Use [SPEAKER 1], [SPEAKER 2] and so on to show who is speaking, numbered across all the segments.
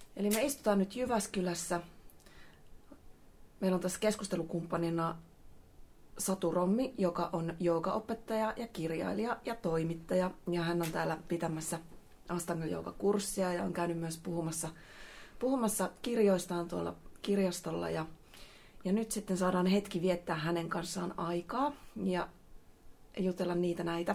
[SPEAKER 1] Eli me istutaan nyt Jyväskylässä. Meillä on tässä keskustelukumppanina Satu Rommi, joka on joogaopettaja ja kirjailija ja toimittaja. Ja hän on täällä pitämässä Astanga-joogakurssia ja on käynyt myös puhumassa kirjoistaan tuolla kirjastolla. Ja nyt sitten saadaan hetki viettää hänen kanssaan aikaa ja jutella niitä näitä.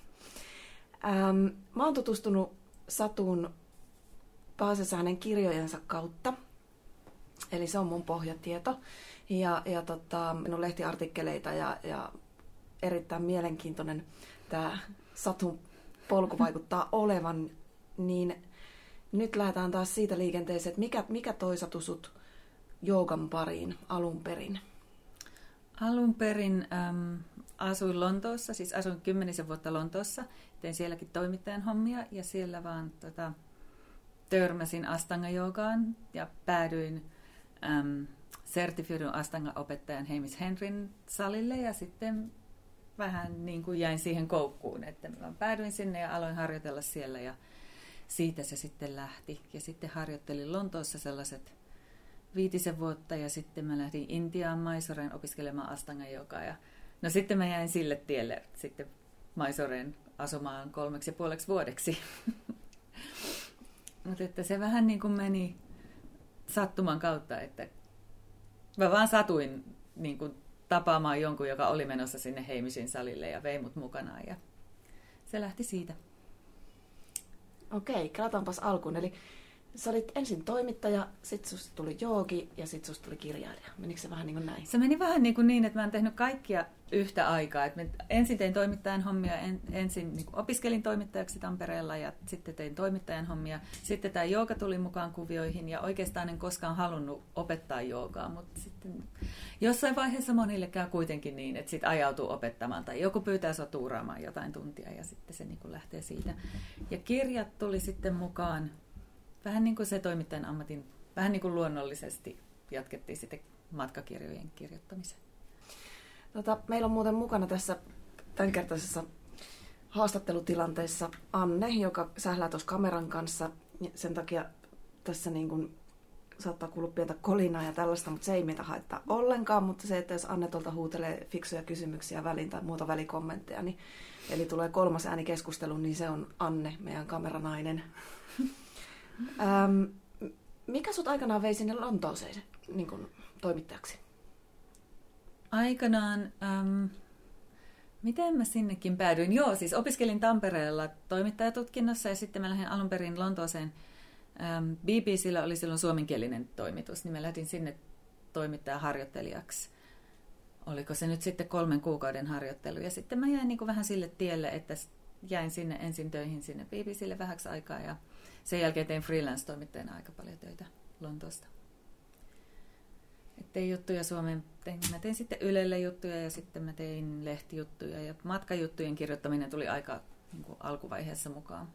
[SPEAKER 1] Mä oon tutustunut Satuun pääasiassa hänen kirjojensa kautta. Eli se on mun pohjatieto. Ja minun lehtiartikkeleita ja erittäin mielenkiintoinen tämä Satun polku vaikuttaa olevan. Niin nyt lähdetään taas siitä liikenteeseen, että mikä toi Satu sut joogan pariin alun perin?
[SPEAKER 2] Alun perin asuin Lontoossa, siis asuin 10 vuotta Lontoossa. Tein sielläkin toimittajan hommia ja siellä vaan törmäsin Astanga-joogaan ja päädyin sertifioidun Astanga-opettajan Hamish Henryn salille ja sitten vähän niin kuin jäin siihen koukkuun, että mä päädyin sinne ja aloin harjoitella siellä ja siitä se sitten lähti. Ja sitten harjoittelin Lontoossa sellaiset 5 vuotta ja sitten mä lähdin Intiaan Mysoreen opiskelemaan Astanga-joogaa ja no sitten mä jäin sille tielle sitten Mysoreen asumaan 3,5 vuodeksi. Mutta että se vähän niin kuin meni sattuman kautta, että mä vaan satuin niin kuin tapaamaan jonkun, joka oli menossa sinne Hamishin salille ja vei mut mukanaan ja se lähti siitä.
[SPEAKER 1] Okei, katsotaanpas alkuun. Eli sä olit ensin toimittaja, sit susta tuli joogi ja sit susta tuli kirjailija. Menikö se vähän niin kuin näin?
[SPEAKER 2] Se meni vähän niin, että mä oon tehnyt kaikkia yhtä aikaa. Et ensin tein toimittajan hommia, ensin niin opiskelin toimittajaksi Tampereella ja sitten tein toimittajan hommia. Sitten tämä jooga tuli mukaan kuvioihin ja oikeastaan en koskaan halunnut opettaa joogaa, mutta sitten jossain vaiheessa monille käy kuitenkin niin, että sitten ajautuu opettamaan tai joku pyytää sua tuuraamaan jotain tuntia ja sitten se niin kuin lähtee siitä. Ja kirjat tuli sitten mukaan. Vähän niin kuin se toimittajan ammatin, vähän niin kuin luonnollisesti jatkettiin sitten matkakirjojen kirjoittamiseen.
[SPEAKER 1] Meillä on muuten mukana tässä tämänkertaisessa haastattelutilanteessa Anne, joka sählää tuossa kameran kanssa. Sen takia tässä niin kuin saattaa kuulua pientä kolinaa ja tällaista, mutta se ei meitä haittaa ollenkaan. Mutta se, että jos Anne tuolta huutelee fiksuja kysymyksiä väliin tai muuta välikommentteja, niin, eli tulee 3. ääni keskusteluun, niin se on Anne, meidän kameranainen. Mikä sut aikanaan vei sinne Lontooseen niin kuin toimittajaksi?
[SPEAKER 2] Aikanaan, miten mä sinnekin päädyin? Joo, siis opiskelin Tampereella toimittajatutkinnossa ja sitten mä lähdin alun perin Lontooseen. BBCllä oli silloin suomenkielinen toimitus, niin mä lähdin sinne toimittajaharjoittelijaksi. Oliko se nyt sitten 3 kuukauden harjoittelu ja sitten mä jäin niin kuin vähän sille tielle, että jäin sinne ensin töihin sinne BBClle vähäksi aikaa ja sen jälkeen tein freelance-toimittajana aika paljon töitä Lontoosta. Tein juttuja Suomeen. Mä tein sitten Ylelle juttuja ja sitten mä tein lehtijuttuja. Ja matkajuttujen kirjoittaminen tuli aika niin kuin alkuvaiheessa mukaan.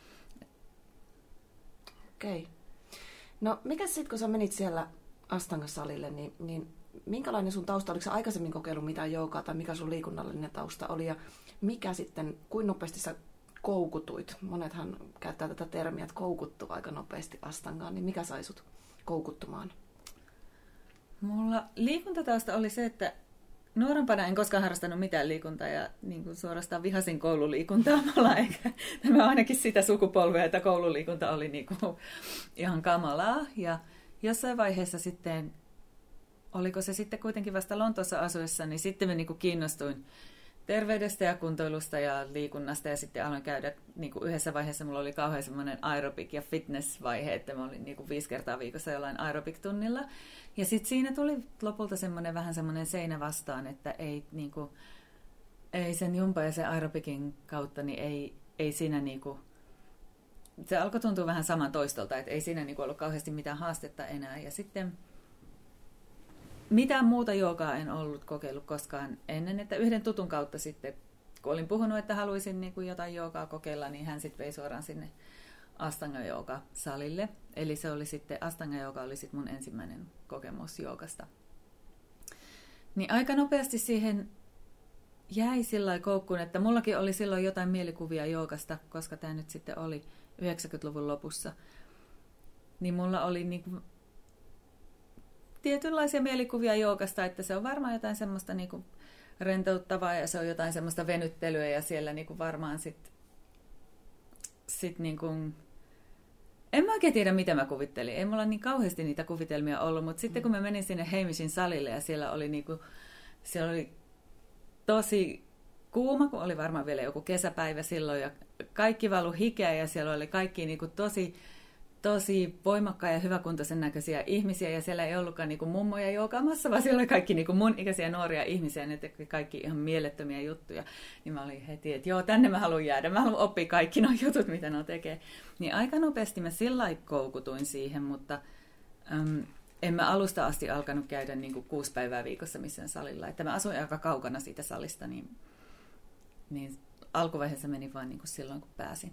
[SPEAKER 1] Okei. No mikä sitten, kun sä menit siellä Astanga-salille, niin minkälainen sun tausta? Oliko sä aikaisemmin kokeillut mitään joogaa tai mikä sun liikunnallinen tausta oli? Ja mikä sitten, kuinka nopeasti sä koukutuit? Monethan käyttää tätä termiä, että koukuttu aika nopeasti Astangaan, niin mikä sai sut koukuttumaan?
[SPEAKER 2] Mulla liikuntatausta oli se, että nuorempana en koskaan harrastanut mitään liikuntaa ja niin kuin suorastaan vihasin koululiikuntaa. Tämä ainakin sitä sukupolvea, että koululiikunta oli niin kuin ihan kamalaa. Ja jossain vaiheessa sitten, oliko se sitten kuitenkin vasta Lontoossa asuessa, niin sitten mä niin kuin kiinnostuin terveydestä ja kuntoilusta ja liikunnasta ja sitten aloin käydä, niin kuin yhdessä vaiheessa mulla oli kauhean semmoinen aerobik- ja fitness-vaihe, että mä olin niin kuin 5 kertaa viikossa jollain aerobik-tunnilla. Ja sitten siinä tuli lopulta vähän semmoinen seinä vastaan, että ei, niin kuin, ei sen jumpa ja sen aerobikin kautta, niin ei siinä niin kuin, se alkoi tuntua vähän saman toistolta, että ei siinä niin kuin ollut kauheasti mitään haastetta enää. Ja sitten mitään muuta joogaa en ollut kokeillut koskaan ennen, että yhden tutun kautta sitten, kun olin puhunut, että haluaisin niin kuin jotain joogaa kokeilla, niin hän sitten vei suoraan sinne Astanga-jooga-salille. Eli se oli sitten, Astanga-jooga oli sitten mun ensimmäinen kokemus joogasta. Niin aika nopeasti siihen jäi sillä koukkuun, että mullakin oli silloin jotain mielikuvia joogasta, koska tämä nyt sitten oli 90-luvun lopussa. niin mulla oli niinku tietynlaisia mielikuvia joogasta, että se on varmaan jotain semmoista niinku rentouttavaa ja se on jotain semmoista venyttelyä ja siellä niinku varmaan sit niinku, en mä oikein tiedä mitä mä kuvittelin, ei mulla niin kauheasti niitä kuvitelmia ollut, mutta sitten kun mä menin sinne Hamishin salille ja siellä oli tosi kuuma, kun oli varmaan vielä joku kesäpäivä silloin ja kaikki valu hikeä ja siellä oli kaikki niinku tosi voimakkaan ja hyväkuntoisen näköisiä ihmisiä ja siellä ei ollutkaan niinku mummoja joogaamassa, vaan siellä oli kaikki niinku mun ikäisiä nuoria ihmisiä, ne teki kaikki ihan mielettömiä juttuja. Niin mä olin heti, että joo, tänne mä haluan jäädä, mä haluan oppia kaikki nuo jutut, mitä ne tekee. Niin aika nopeasti mä sillä lailla koukutuin siihen, mutta en mä alusta asti alkanut käydä niinku 6 päivää viikossa missään salilla. Että mä asuin aika kaukana siitä salista, niin alkuvaiheessa meni vaan niinku silloin, kun pääsin.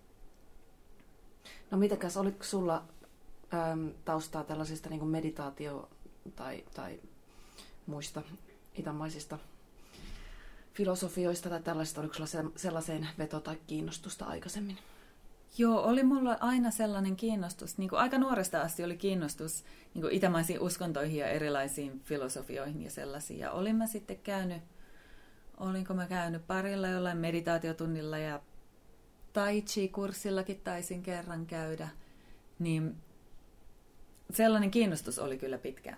[SPEAKER 1] No mitenkäs, oliko sulla taustaa tällaisista niin kuin meditaatio- tai muista itämaisista filosofioista tai tällaisista? Oliko sulla sellaiseen veto- tai kiinnostusta aikaisemmin?
[SPEAKER 2] Joo, oli mulla aina sellainen kiinnostus. Niin kuin aika nuoresta asti oli kiinnostus niin kuin itämaisiin uskontoihin ja erilaisiin filosofioihin ja sellaisiin. Ja olinko mä käynyt parilla jollain meditaatiotunnilla ja Tai Chi-kurssillakin taisin kerran käydä, niin sellainen kiinnostus oli kyllä pitkä.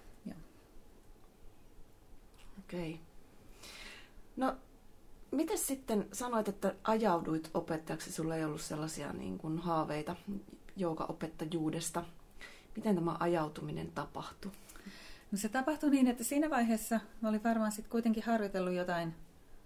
[SPEAKER 1] Okei. No, miten sitten sanoit, että ajauduit opettajaksi? Sulla ei ollut sellaisia niin kuin haaveita joogaopettajuudesta. Miten tämä ajautuminen tapahtui?
[SPEAKER 2] No se tapahtui niin, että siinä vaiheessa mä olin varmaan sitten kuitenkin harjoitellut jotain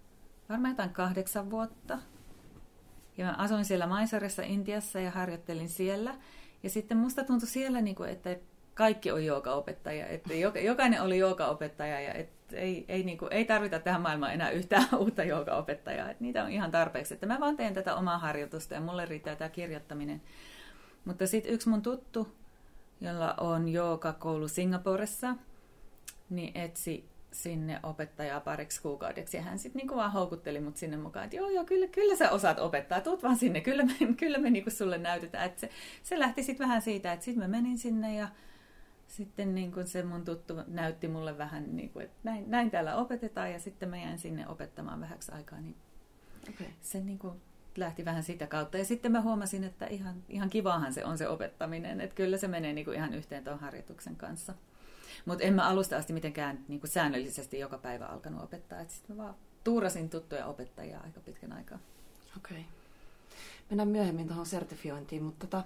[SPEAKER 2] 8 vuotta. Ja mä asuin siellä Mysaressa Intiassa ja harjoittelin siellä. Ja sitten musta tuntui siellä, että kaikki on joogaopettajia. Että jokainen oli joogaopettaja ja ei tarvita tähän maailmaan enää yhtään uutta joogaopettajaa. Että niitä on ihan tarpeeksi. Että mä vaan teen tätä omaa harjoitusta ja mulle riittää tämä kirjoittaminen. Mutta sitten yksi mun tuttu, jolla on joogakoulu Singaporessa, niin etsi sinne opettajaa 2 kuukaudeksi. Ja hän sitten niinku vaan houkutteli mut sinne mukaan, että joo, kyllä sä osaat opettaa, tuut vaan sinne, kyllä me niinku sulle näytetään. Että se lähti sitten vähän siitä, että sitten mä menin sinne ja sitten niinku se mun tuttu näytti mulle vähän, niinku, että näin täällä opetetaan ja sitten mä jäin sinne opettamaan vähäksi aikaa. Niin
[SPEAKER 1] okay.
[SPEAKER 2] Se niinku lähti vähän sitä kautta. Ja sitten mä huomasin, että ihan kivahan se on se opettaminen, että kyllä se menee niinku ihan yhteen tuon harjoituksen kanssa. Mutta en mä alusta asti mitenkään niin kuin säännöllisesti joka päivä alkanut opettaa. Sitten mä vaan tuurasin tuttuja opettajia aika pitkän aikaa.
[SPEAKER 1] Okei. Mennään myöhemmin tuohon sertifiointiin, mutta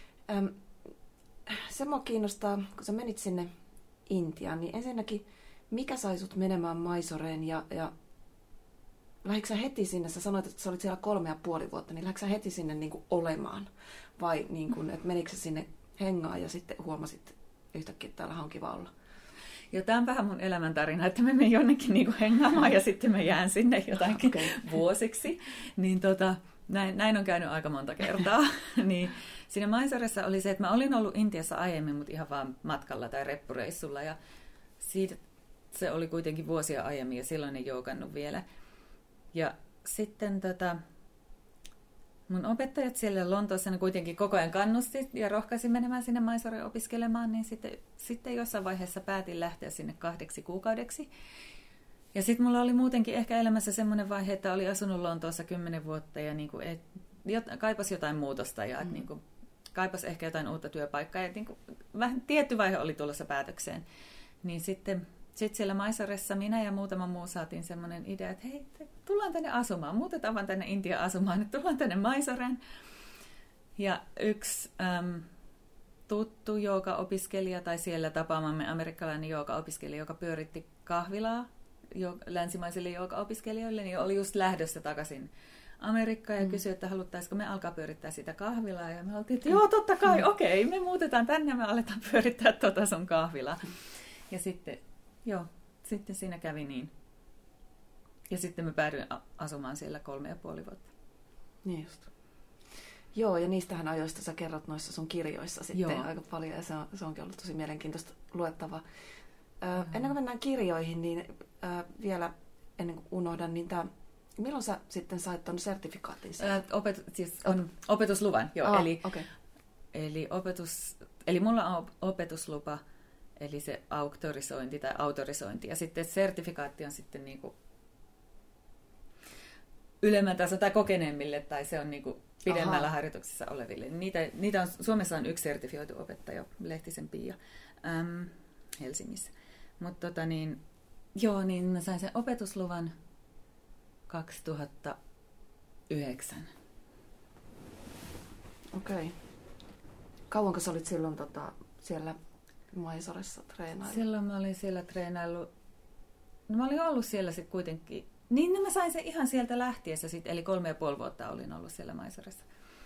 [SPEAKER 1] se mua kiinnostaa, kun sä menit sinne Intiaan, niin ensinnäkin, mikä sai sut menemään Mysoreen ja lähdikö sä heti sinne, sä sanoit, että sä olit siellä 3,5 vuotta, niin lähdikö sä heti sinne niin kuin olemaan? Vai niin kuin, että menikö sä sinne hengaan ja sitten huomasit yhtäkkiä, että täällä on kiva olla?
[SPEAKER 2] Joo, tämä on vähän mun elämäntarina, että mä menen jonnekin niin kuin hengaamaan ja sitten mä jään sinne jotakin vuosiksi. Niin näin on käynyt aika monta kertaa. Niin siinä Mysoressa oli se, että mä olin ollut Intiassa aiemmin, mutta ihan vaan matkalla tai reppureissulla. Ja siitä se oli kuitenkin vuosia aiemmin ja silloin ei joogannut vielä. Ja sitten mun opettajat siellä Lontoossa ne kuitenkin koko ajan kannusti ja rohkaisi menemään sinne Mysoreen opiskelemaan, niin sitten jossain vaiheessa päätin lähteä sinne 2 kuukaudeksi. Ja sitten mulla oli muutenkin ehkä elämässä semmoinen vaihe, että oli asunut Lontoossa 10 vuotta ja niin kuin, kaipasi jotain muutosta ja niin kuin, kaipasi ehkä jotain uutta työpaikkaa. Ja niin kuin, vähän tietty vaihe oli tulossa päätökseen. Niin sitten siellä Mysoressa minä ja muutama muu saatiin semmoinen idea, että hei, tullaan tänne asumaan, muutetaan vaan tänne Intiaan asumaan, että tullaan tänne Mysoreen. Ja yksi tuttu joogaopiskelija tai siellä tapaamamme amerikkalainen joogaopiskelija, joka pyöritti kahvilaa länsimaisille joogaopiskelijoille, niin oli just lähdössä takaisin Amerikkaan ja kysyi, että haluttaisiko me alkaa pyörittää sitä kahvilaa. Ja me oltiin, että joo, totta kai, okei, me muutetaan tänne ja me aletaan pyörittää sun kahvilaa. Ja sitten siinä kävi niin. Ja sitten mä päädyin asumaan siellä 3,5 vuotta.
[SPEAKER 1] Niin just. Joo, ja niistähän ajoista sä kerrot noissa sun kirjoissa sitten aika paljon, ja se onkin ollut tosi mielenkiintoista luettavaa. Ennen kuin mennään kirjoihin, niin vielä ennen kuin unohdan, niin milloin sä sitten sait ton sertifikaatin?
[SPEAKER 2] Opetusluvan, joo.
[SPEAKER 1] Okay.
[SPEAKER 2] Eli Eli mulla on opetuslupa, eli se auktorisointi tai autorisointi. Ja sitten sertifikaatti on sitten niinku ylemmän tason tai kokeneemmille, tai se on niinku pidemmällä harjoituksessa oleville. Niitä on, Suomessa on yksi sertifioitu opettaja, Lehtisen Pia, Helsingissä. Mutta niin mä sain sen opetusluvan 2009.
[SPEAKER 1] Okei. Kauanko sä olit silloin siellä Maisoressa treenaillut?
[SPEAKER 2] Silloin mä olin siellä treenaillut. No, mä olin ollut siellä sitten kuitenkin. Niin, mä sain sen ihan sieltä lähtiessä sitten, eli 3,5 vuotta olin ollut siellä Maisoressa.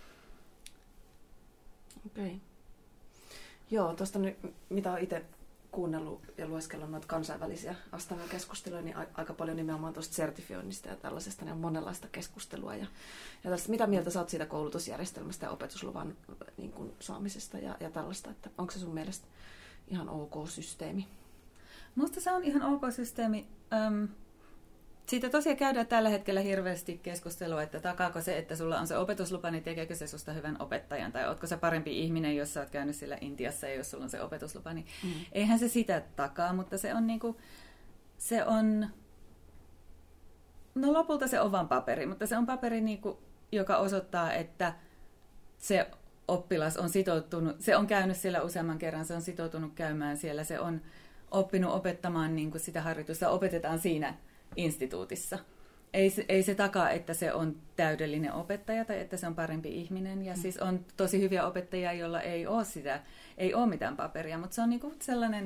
[SPEAKER 1] Okei. Joo, tuosta nyt, mitä olen itse kuunnellut ja lueskellut noita kansainvälisiä Astana-keskusteluja, niin aika paljon nimenomaan tuosta sertifioinnista ja tällaisesta, niin on monenlaista keskustelua. Ja tällaista, mitä mieltä sä oot siitä koulutusjärjestelmästä ja opetusluvan niin kuin, saamisesta ja tällaista, että onko se sun mielestä ihan ok systeemi?
[SPEAKER 2] Musta se on ihan ok systeemi. Siitä tosiaan käydään tällä hetkellä hirveästi keskustelua, että takaako se, että sulla on se opetuslupa, niin tekeekö se susta hyvän opettajan, tai ootko sä parempi ihminen, jos sä oot käynyt siellä Intiassa ja jos sulla on se opetuslupa, niin eihän se sitä takaa, mutta se on niinku, no lopulta se on vaan paperi, mutta se on paperi niinku, joka osoittaa, että se oppilas on sitoutunut, se on käynyt siellä useamman kerran, se on sitoutunut käymään siellä, se on oppinut opettamaan niinku sitä harjoitusta, opetetaan siinä instituutissa. Ei se takaa, että se on täydellinen opettaja tai että se on parempi ihminen. Ja siis on tosi hyviä opettajia, joilla ei ole mitään paperia, mutta se on niinku sellainen,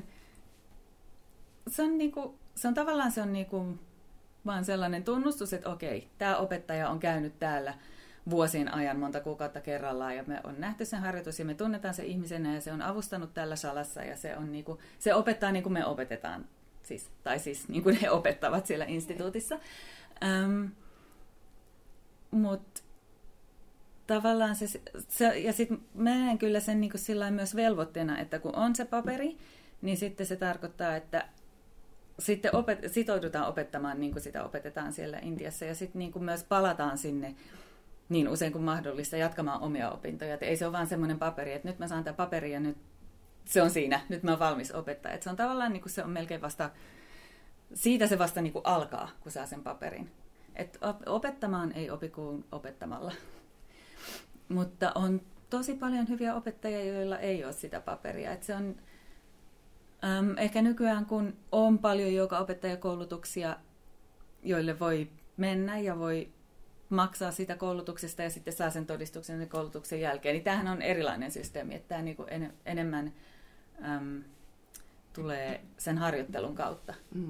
[SPEAKER 2] se on tavallaan vaan sellainen tunnustus, että okei, tämä opettaja on käynyt täällä vuosien ajan monta kuukautta kerrallaan ja me on nähty sen harjoitus ja me tunnetaan se ihmisenä ja se on avustanut tällä salassa ja se opettaa niin kuin me opetetaan. Siis niin kuin he opettavat siellä instituutissa. Mutta tavallaan ja sitten mä näen kyllä sen niin kuin sillain myös velvoitteena, että kun on se paperi, niin sitten se tarkoittaa, että sitten sitoudutaan opettamaan niin kuin sitä opetetaan siellä Intiassa ja sitten niin kuin myös palataan sinne niin usein kuin mahdollista jatkamaan omia opintoja. Et ei se ole vaan semmoinen paperi, että nyt mä saan tämä paperi ja nyt se on siinä, nyt mä oon valmis opettaa. Et se on tavallaan niin kuin se on melkein vasta, siitä se vasta niin kuin alkaa, kun saa sen paperin. Et opettamaan ei opi kuin opettamalla. Mutta on tosi paljon hyviä opettajia, joilla ei ole sitä paperia. Et se on ehkä nykyään, kun on paljon opettajakoulutuksia, joille voi mennä ja voi maksaa sitä koulutuksesta ja sitten saa sen todistuksen sen koulutuksen jälkeen. Niin tämähän on erilainen systeemi, että tämä niinku enemmän tulee sen harjoittelun kautta.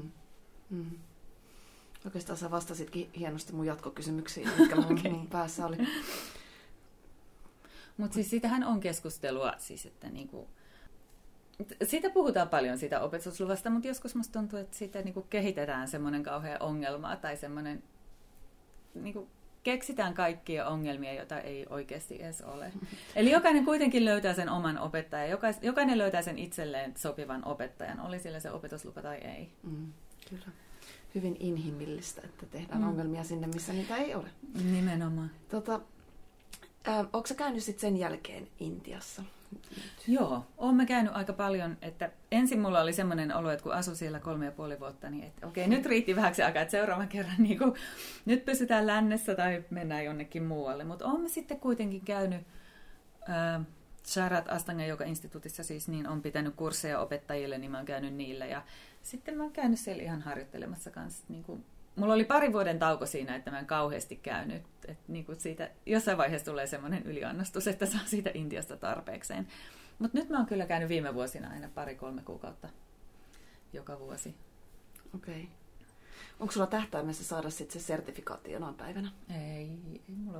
[SPEAKER 1] Oikeastaan sä vastasitkin hienosti mun jatkokysymyksiin, mitkä mun päässä oli.
[SPEAKER 2] Mutta siis siitähän on keskustelua, siis että niinku, siitä puhutaan paljon siitä opetusluvasta, mutta joskus musta tuntuu, että siitä niinku kehitetään semmoinen kauhea ongelma tai semmoinen niinku keksitään kaikkia ongelmia, joita ei oikeasti edes ole. Eli jokainen kuitenkin löytää sen oman opettajan. Jokainen löytää sen itselleen sopivan opettajan, oli sillä se opetuslupa tai ei.
[SPEAKER 1] Kyllä. Hyvin inhimillistä, että tehdään ongelmia sinne, missä niitä ei ole.
[SPEAKER 2] Nimenomaan.
[SPEAKER 1] Ootko sä käynyt sitten sen jälkeen Intiassa?
[SPEAKER 2] Joo, olen käynyt aika paljon. Että ensin mulla oli semmoinen olo, että kun asuin siellä 3,5 vuotta, niin että okei, nyt riitti vähäksi aikaa, että seuraavan kerran niin kuin, nyt pysytään lännessä tai mennään jonnekin muualle. Mutta olen sitten kuitenkin käynyt Sharat Astanga Yoga-instituutissa, siis niin on pitänyt kursseja opettajille, niin mä oon käynyt niillä. Ja sitten mä oon käynyt siellä ihan harjoittelemassa kanssa. Niin kuin, mulla oli 2 vuoden tauko siinä, että mä en kauheasti käynyt. Että niin kuin siitä, jossain vaiheessa tulee semmoinen yliannostus, että saa siitä Intiasta tarpeekseen. Mutta nyt mä oon kyllä käynyt viime vuosina aina 2-3 kuukautta joka vuosi.
[SPEAKER 1] Okei. Onko sulla tähtäimessä saada sitten se sertifikaatti jonain päivänä?
[SPEAKER 2] Ei mulla.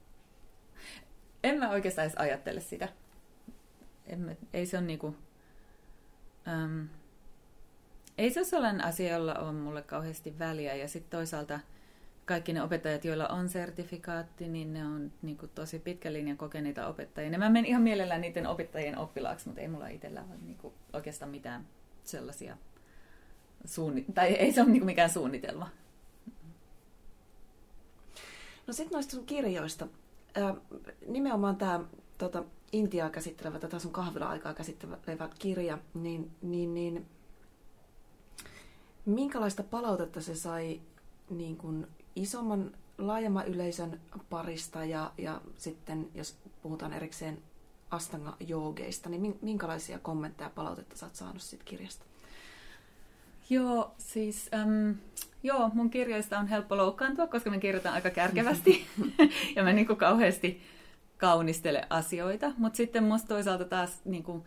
[SPEAKER 2] En mä oikeastaan edes ajattele sitä. Ei se ole niinku, ei se ole sellainen asia, jolla on mulle kauheasti väliä. Ja sitten toisaalta kaikki ne opettajat, joilla on sertifikaatti, niin ne on niinku tosi pitkän linjan kokeneita opettajia. Ja mä menen ihan mielellään niiden opettajien oppilaaksi, mutta ei mulla itsellä ole niinku oikeastaan mitään sellaisia tai ei se ole niinku mikään suunnitelma.
[SPEAKER 1] No sitten noista sun kirjoista. Nimenomaan tämä Intiaa käsittelevä, tätä sun kahvila-aikaa käsittelevä kirja, niin minkälaista palautetta se sai niin kuin isomman, laajemman yleisön parista ja sitten, jos puhutaan erikseen Astanga-joogeista, niin minkälaisia kommentteja ja palautetta sä oot saanut siitä kirjasta?
[SPEAKER 2] Joo, siis mun kirjoista on helppo loukkaantua, koska mä kirjoitan aika kärkevästi ja mä niin kuin kauheasti kaunistele asioita, mutta sitten musta toisaalta taas niin kuin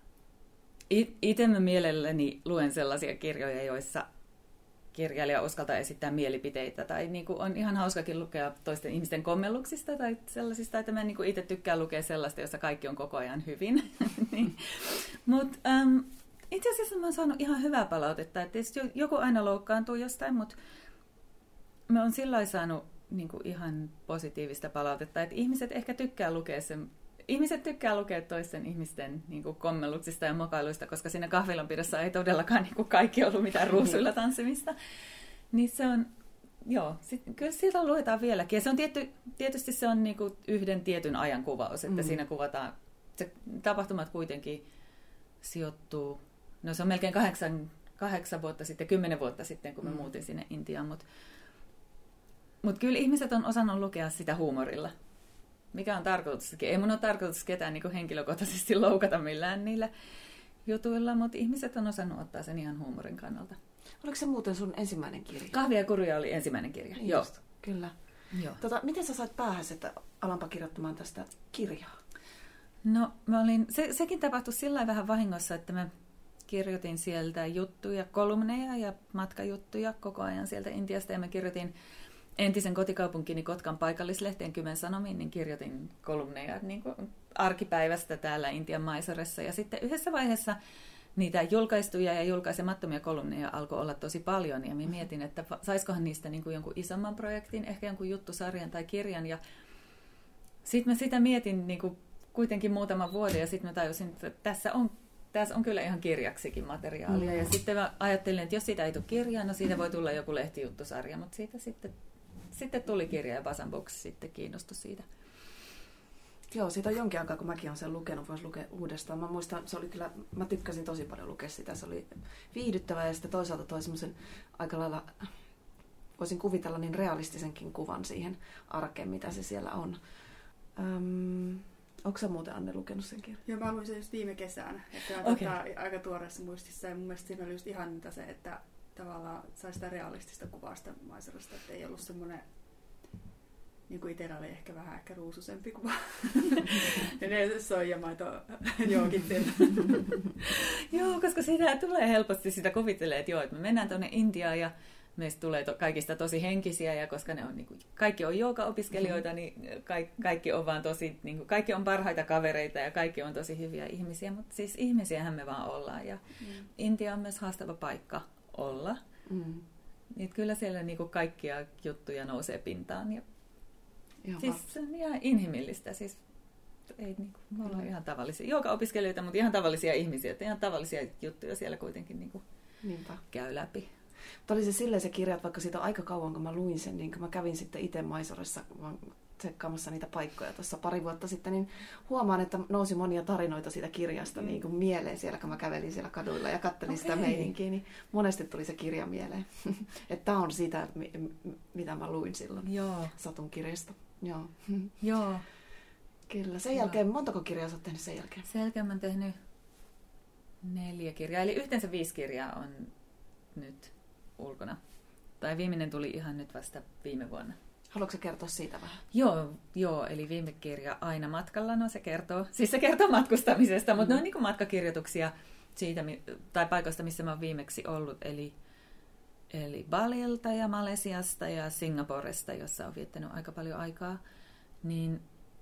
[SPEAKER 2] itse mä mielelläni luen sellaisia kirjoja, joissa kirjailija uskaltaa esittää mielipiteitä tai niin kuin on ihan hauskakin lukea toisten ihmisten kommelluksista tai sellaisista, että mä niin kuin itse tykkään lukea sellaista, jossa kaikki on koko ajan hyvin. niin. Mutta itse asiassa mä oon saanut ihan hyvää palautetta, että joku aina loukkaantuu jostain, mutta mä oon sillä lailla saanut niin kuin ihan positiivista palautetta, että ihmiset ehkä tykkää lukea sen. Ihmiset tykkää lukea toisten ihmisten niin kuin kommelluksista ja mokailuista, koska siinä kahvilanpidossa ei todellakaan niin kuin kaikki ollut mitään ruusuilla tanssimista. Niin se on, kyllä siitä luetaan vieläkin. Ja se on tietysti se on niin kuin yhden tietyn ajan kuvaus, että siinä kuvataan, se tapahtumat kuitenkin sijoittuu, no se on melkein 8 vuotta sitten, 10 vuotta sitten, kun mä muutin sinne Intiaan, mutta kyllä ihmiset on osannut lukea sitä huumorilla. Mikä on tarkoituskin? Ei mun ole tarkoitus ketään niin kuin henkilökohtaisesti loukata millään niillä jutuilla, mutta ihmiset on osannut ottaa sen ihan huumorin kannalta.
[SPEAKER 1] Oliko se muuten sun ensimmäinen kirja?
[SPEAKER 2] Kahvi ja kurja oli ensimmäinen kirja.
[SPEAKER 1] Just,
[SPEAKER 2] joo.
[SPEAKER 1] Kyllä.
[SPEAKER 2] Joo.
[SPEAKER 1] Miten sä sait päähäs, että alanpa kirjoittamaan tästä kirjaa?
[SPEAKER 2] No, sekin tapahtui sillä vähän vahingossa, että mä kirjoitin sieltä juttuja, kolumneja ja matkajuttuja koko ajan sieltä Intiasta ja mä kirjoitin entisen kotikaupunkini Kotkan paikallislehteen Kymen Sanomiin, niin kirjoitin kolumneja niin kuin arkipäivästä täällä Intian Maisoressa. Ja sitten yhdessä vaiheessa niitä julkaistuja ja julkaisemattomia kolumneja alkoi olla tosi paljon. Ja minä mietin, että saisikohan niistä niin kuin jonkun isomman projektin, ehkä jonkun juttusarjan tai kirjan. Ja sitten mä sitä mietin niin kuin kuitenkin muutaman vuoden ja sitten mä tajusin, että tässä on kyllä ihan kirjaksikin materiaalia. Ja sitten mä ajattelin, että jos siitä ei tule kirjaa, no siitä voi tulla joku lehtijuttusarja, mutta siitä sitten tuli kirja ja Basan Books sitten kiinnostui siitä.
[SPEAKER 1] Joo, siitä on jonkin aikaa, kun mäkin olen sen lukenut, voisi lukea uudestaan. Mä muistan, mä tykkäsin tosi paljon lukea sitä, se oli viihdyttävää ja sitten toisaalta toi semmoisen aika lailla, voisin kuvitella niin realistisenkin kuvan siihen arkeen, mitä se siellä on. Onko sä muuten, Anne, lukenut sen kirjan?
[SPEAKER 3] Joo, mä luin sen just viime kesänä, että on aika tuoreessa muistissa ja mun mielestä siinä oli just ihan se, että tavallaan sai sitä realistista kuvaa sitä Maisorasta, että ei ollut semmoinen, niin kuin itsellä oli ehkä vähän ruususempi kuva. Ja ne soijamaito joogit sieltä.
[SPEAKER 2] Joo, koska siitä tulee helposti, sitä kuvittelee, että me mennään tuonne Intiaan ja meistä tulee kaikista tosi henkisiä ja koska ne on niin kuin, kaikki on joogaopiskelijoita, niin kaikki on vaan tosi, niin kuin, kaikki on parhaita kavereita ja kaikki on tosi hyviä ihmisiä, mutta siis ihmisiähän me vaan ollaan ja Intia on myös haastava paikka olla. Niin kyllä siellä niin kuin kaikkia juttuja nousee pintaan ja siis se on ihan inhimillistä, siis ei niin kuin, me ollaan ihan tavallisia joogaopiskelijoita, mutta ihan tavallisia ihmisiä, että ihan tavallisia juttuja siellä kuitenkin niin kuin käy läpi.
[SPEAKER 1] Mutta oli se silleen se kirja, että vaikka siitä on aika kauan, kun mä luin sen, niin kun mä kävin sitten itse Maisoressa tsekkaamassa niitä paikkoja tuossa pari vuotta sitten, niin huomaan, että nousi monia tarinoita siitä kirjasta niin kuin mieleen siellä, kun mä kävelin siellä kaduilla ja kattelin sitä meininkiä, niin monesti tuli se kirja mieleen. Että tämä on sitä, mitä mä luin silloin Satun kirjasta.
[SPEAKER 2] Joo.
[SPEAKER 1] Kyllä. Sen jälkeen, montako kirjaa sä oot tehnyt sen jälkeen?
[SPEAKER 2] Sen jälkeen mä oon tehnyt 4 kirjaa, eli yhteensä 5 kirjaa on nyt ulkona. Tai viimeinen tuli ihan nyt vasta viime vuonna.
[SPEAKER 1] Haluatko sä kertoa siitä vähän?
[SPEAKER 2] Joo, eli viime kirja Aina matkalla, no se kertoo matkustamisesta, mutta ne on niin kuin matkakirjoituksia siitä, tai paikoista, missä mä oon viimeksi ollut, eli Balilta ja Malesiasta ja Singaporesta, jossa on viettänyt aika paljon aikaa, niin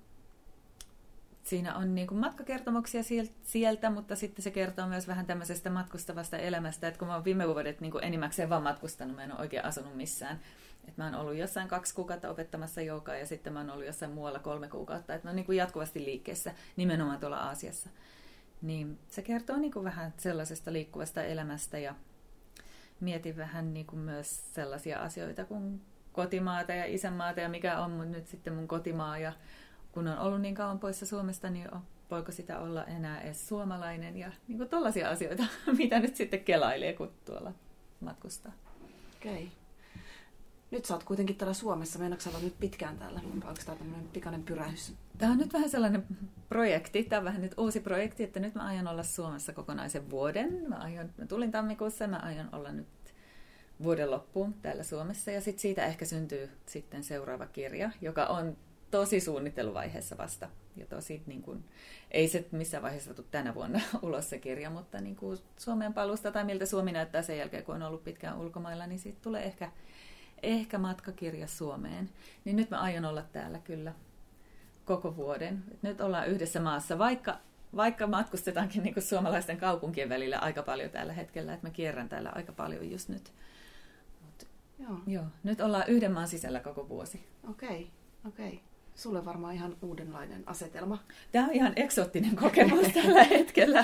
[SPEAKER 2] siinä on niin kuin matkakertomuksia sieltä, mutta sitten se kertoo myös vähän tämmöisestä matkustavasta elämästä, että kun mä oon viime vuodet niin kuin enimmäkseen vaan matkustanut, mä en ole oikein asunut missään. Että mä oon ollut jossain 2 kuukautta opettamassa joogaa ja sitten mä oon ollut jossain muualla 3 kuukautta. Että mä oon niin kuin jatkuvasti liikkeessä, nimenomaan tuolla Aasiassa. Niin se kertoo niin kuin vähän sellaisesta liikkuvasta elämästä ja mietin vähän niin kuin myös sellaisia asioita kuin kotimaata ja isänmaata ja mikä on nyt sitten mun kotimaa ja kun on ollut niin kauan poissa Suomesta, niin voiko sitä olla enää edes suomalainen ja niin kuin tollaisia asioita, mitä nyt sitten kelailee, kun tuolla matkustaa.
[SPEAKER 1] Okei. Nyt sä oot kuitenkin täällä Suomessa. Meinaatko sä olla nyt pitkään täällä? Onko tämä tämmöinen pikainen pyrähys?
[SPEAKER 2] Tämä on nyt vähän sellainen projekti. Tämä on vähän nyt uusi projekti, että nyt mä aion olla Suomessa kokonaisen vuoden. Mä tulin tammikuussa ja mä aion olla nyt vuoden loppuun täällä Suomessa. Ja sitten siitä ehkä syntyy sitten seuraava kirja, joka on tosi suunnitteluvaiheessa vasta. Ja tosi, niin kuin, ei se missään vaiheessa tule tänä vuonna ulos se kirja, mutta niin kuin Suomeen palusta tai miltä Suomi näyttää sen jälkeen, kun on ollut pitkään ulkomailla, niin siitä tulee ehkä matkakirja Suomeen. Niin nyt mä aion olla täällä kyllä koko vuoden. Nyt ollaan yhdessä maassa, vaikka matkustetaankin niin kuin suomalaisten kaupunkien välillä aika paljon tällä hetkellä, että mä kierrän täällä aika paljon just nyt. Joo, nyt ollaan yhden maan sisällä koko vuosi.
[SPEAKER 1] Okei. Sulle varmaan ihan uudenlainen asetelma.
[SPEAKER 2] Tämä on ihan eksoottinen kokemus tällä hetkellä.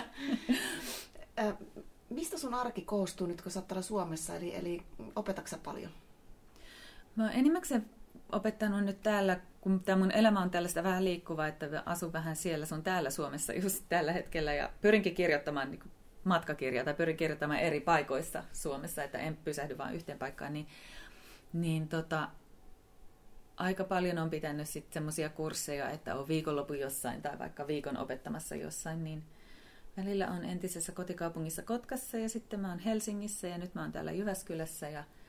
[SPEAKER 1] Mistä sun arki koostuu nyt, kun sä oot täällä Suomessa? Eli opetatko sä paljon?
[SPEAKER 2] Mä oon enimmäkseen opettanut nyt täällä, kun tämä mun elämä on tällaista vähän liikkuvaa, että asun vähän siellä sun täällä Suomessa just tällä hetkellä. Ja pyrinkin kirjoittamaan niin matkakirjaa tai pyrin kirjoittamaan eri paikoissa Suomessa, että en pysähdy vain yhteen paikkaan. Aika paljon on pitänyt sitten semmoisia kursseja, että on viikonlopun jossain tai vaikka viikon opettamassa jossain, niin välillä on entisessä kotikaupungissa Kotkassa ja sitten mä oon Helsingissä ja nyt mä oon täällä Jyväskylässä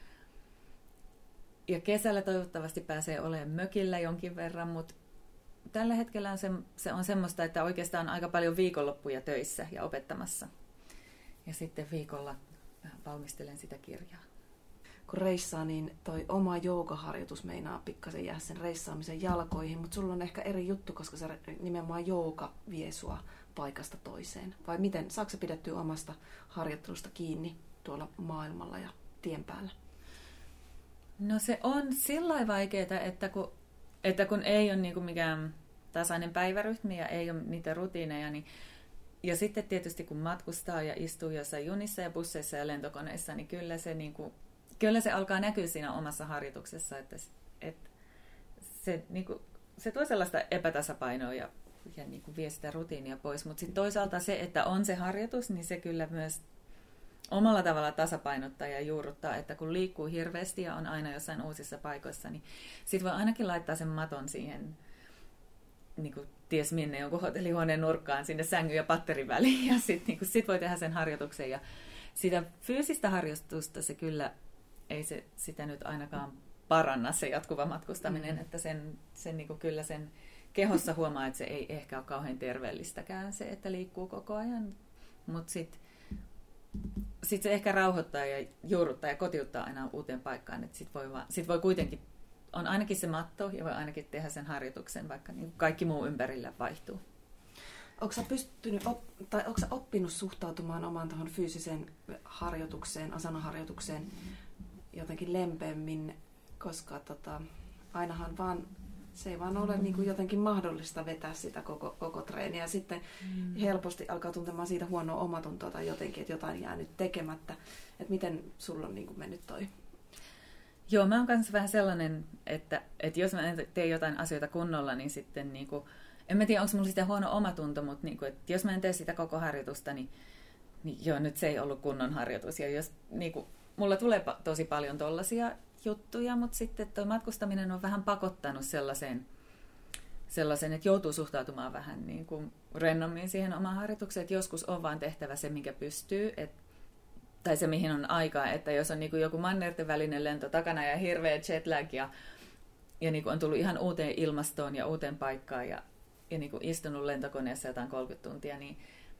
[SPEAKER 2] ja kesällä toivottavasti pääsee olemaan mökillä jonkin verran, mutta tällä hetkellä se on semmoista, että oikeastaan aika paljon viikonloppuja töissä ja opettamassa. Ja sitten viikolla valmistelen sitä kirjaa.
[SPEAKER 1] Kun reissaa, niin toi oma joogaharjoitus meinaa pikkasen jää sen reissaamisen jalkoihin, mutta sulla on ehkä eri juttu, koska se nimenomaan jooga vie sua paikasta toiseen. Vai miten? Saako sä pidettyä omasta harjoittelusta kiinni tuolla maailmalla ja tien päällä?
[SPEAKER 2] No se on sillä vaikeaa, että kun ei ole niinku mikään tasainen päivärytmi ja ei ole niitä rutiineja, niin ja sitten tietysti kun matkustaa ja istuu jossain junissa ja busseissa ja lentokoneissa, niin kyllä se alkaa näkyä siinä omassa harjoituksessa, että se tuo sellaista epätasapainoa ja vie sitä rutiinia pois. Mutta sitten toisaalta se, että on se harjoitus, niin se kyllä myös omalla tavalla tasapainottaa ja juurruttaa, että kun liikkuu hirveästi ja on aina jossain uusissa paikoissa, niin sitten voi ainakin laittaa sen maton siihen ties minne jonkun hotellihuoneen nurkkaan sinne sängyn ja patterin väliin ja sitten sit voi tehdä sen harjoituksen ja sitä fyysistä harjoitusta se kyllä ei sitä nyt ainakaan paranna se jatkuva matkustaminen, että sen kyllä sen kehossa huomaa, että se ei ehkä ole kauhean terveellistäkään se, että liikkuu koko ajan, mutta sitten se ehkä rauhoittaa ja juurruttaa ja kotiuttaa aina uuteen paikkaan, että sit voi kuitenkin, on ainakin se matto ja voi ainakin tehdä sen harjoituksen, vaikka niin kaikki muu ympärillä vaihtuu.
[SPEAKER 1] Onko sä oppinut suhtautumaan omaan tuohon fyysiseen harjoitukseen, asanaharjoitukseen jotenkin lempeämmin, koska ainahan vaan, se ei vaan ole niin kuin jotenkin mahdollista vetää sitä koko treeniä. Ja sitten helposti alkaa tuntemaan siitä huonoa omatuntoa tai jotenkin, että jotain jää nyt tekemättä. Että miten sulla on niin kuin mennyt toi?
[SPEAKER 2] Joo, mä oon kanssa vähän sellainen, että jos mä en tee jotain asioita kunnolla, niin sitten niin kuin, en mä tiedä, onko mulla sitä huono omatunto, mutta niin kuin, että jos mä en tee sitä koko harjoitusta, niin joo, nyt se ei ollut kunnon harjoitus. Ja jos, niin kuin, mulla tulee tosi paljon tollaisia juttuja, mutta sitten tuo matkustaminen on vähän pakottanut sellaisen, että joutuu suhtautumaan vähän niin kuin rennommin siihen omaan harjoitukseen, että joskus on vaan tehtävä se, minkä pystyy, tai se, mihin on aikaa, että jos on niin kuin joku mannerten välinen lento takana ja hirveä jetlag ja niin kuin on tullut ihan uuteen ilmastoon ja uuteen paikkaan ja niin kuin istunut lentokoneessa jotain 30 tuntia, niin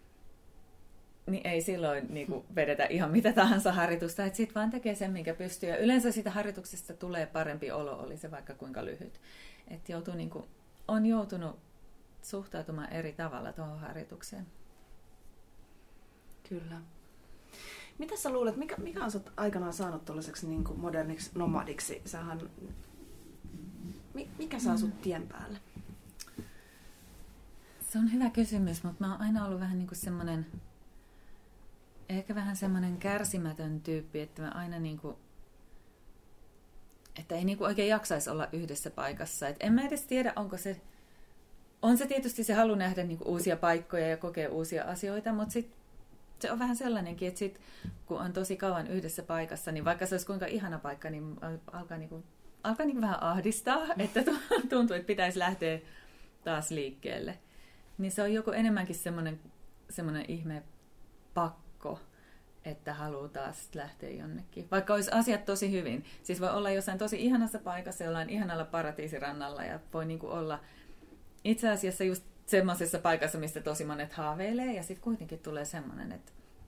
[SPEAKER 2] ei silloin niin kuin vedetä ihan mitä tahansa harjoitusta, että sitten vaan tekee sen, minkä pystyy. Ja yleensä siitä harjoituksesta tulee parempi olo, oli se vaikka kuinka lyhyt. Että on joutunut suhtautumaan eri tavalla tuohon harjoitukseen.
[SPEAKER 1] Kyllä. Mitä sä luulet, mikä on sut aikanaan saanut tuollaiseksi niin kuin moderniksi nomadiksi? Mikä saa sut tien päälle?
[SPEAKER 2] Se on hyvä kysymys, mutta mä oon aina ollut vähän niin kuin semmoinen, ehkä vähän semmoinen kärsimätön tyyppi, että mä aina niin kuin, että ei niin kuin oikein jaksaisi olla yhdessä paikassa. Et en mä edes tiedä, on se tietysti se halu nähdä niin kuin uusia paikkoja ja kokea uusia asioita, mutta sitten se on vähän sellainenkin, että sit, kun on tosi kauan yhdessä paikassa, niin vaikka se olisi kuinka ihana paikka, niin alkaa vähän ahdistaa, että tuntuu, että pitäisi lähteä taas liikkeelle. Niin se on joku enemmänkin semmoinen ihme pakko, että haluaa taas lähteä jonnekin. Vaikka olisi asiat tosi hyvin. Siis voi olla jossain tosi ihanassa paikassa, jollain ihanalla paratiisirannalla ja voi niinku olla itse asiassa just semmoisessa paikassa, mistä tosi monet haaveilee ja sitten kuitenkin tulee semmoinen, että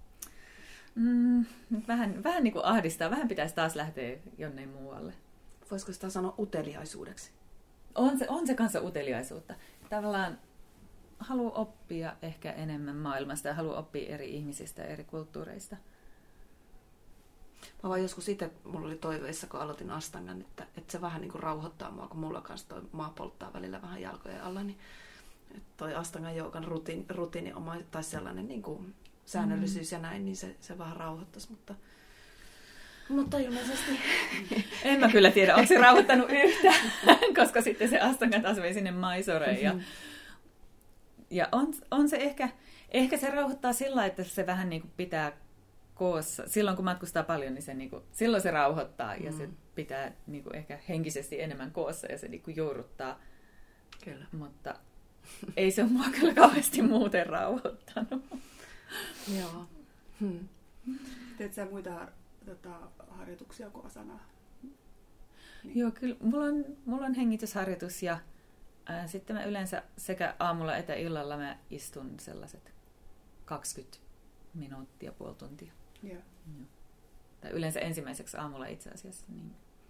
[SPEAKER 2] vähän niin kuin ahdistaa, vähän pitäisi taas lähteä jonnein muualle.
[SPEAKER 1] Voisiko sitä sanoa uteliaisuudeksi?
[SPEAKER 2] On se kanssa uteliaisuutta. Tavallaan haluaa oppia ehkä enemmän maailmasta ja haluaa oppia eri ihmisistä ja eri kulttuureista.
[SPEAKER 1] Mä vaan joskus itse, mulla oli toiveissa, kun aloitin Astangan, että se vähän niin kuin rauhoittaa mua, kun mulla kanssa toi maa polttaa välillä vähän jalkojen alla, niin että toi Astangan joukan rutiini tai sellainen niin kuin säännöllisyys ja näin, niin se vähän rauhoittaisi, mutta ilmeisesti.
[SPEAKER 2] En mä kyllä tiedä, onko se rauhoittanut yhtään, koska sitten se Astangan taas vei sinne Maisoreen. Ja on se ehkä se rauhoittaa sillä, että se vähän niin kuin pitää koossa. Silloin kun matkustaa paljon, niin se niin kuin, silloin se rauhoittaa ja se pitää niin kuin ehkä henkisesti enemmän koossa ja se niin kuin juurruttaa.
[SPEAKER 1] Kyllä.
[SPEAKER 2] Mutta ei se ole mua kyllä kauheasti muuten rauhoittanut.
[SPEAKER 1] Joo.
[SPEAKER 3] Teet sä muita harjoituksia kuin asanaa?
[SPEAKER 2] Niin. Joo, kyllä. Mulla on hengitysharjoitus ja sitten mä yleensä sekä aamulla että illalla mä istun sellaiset 20 minuuttia, puoli tuntia.
[SPEAKER 3] Yeah.
[SPEAKER 2] Tai yleensä ensimmäiseksi aamulla itse asiassa. Niin.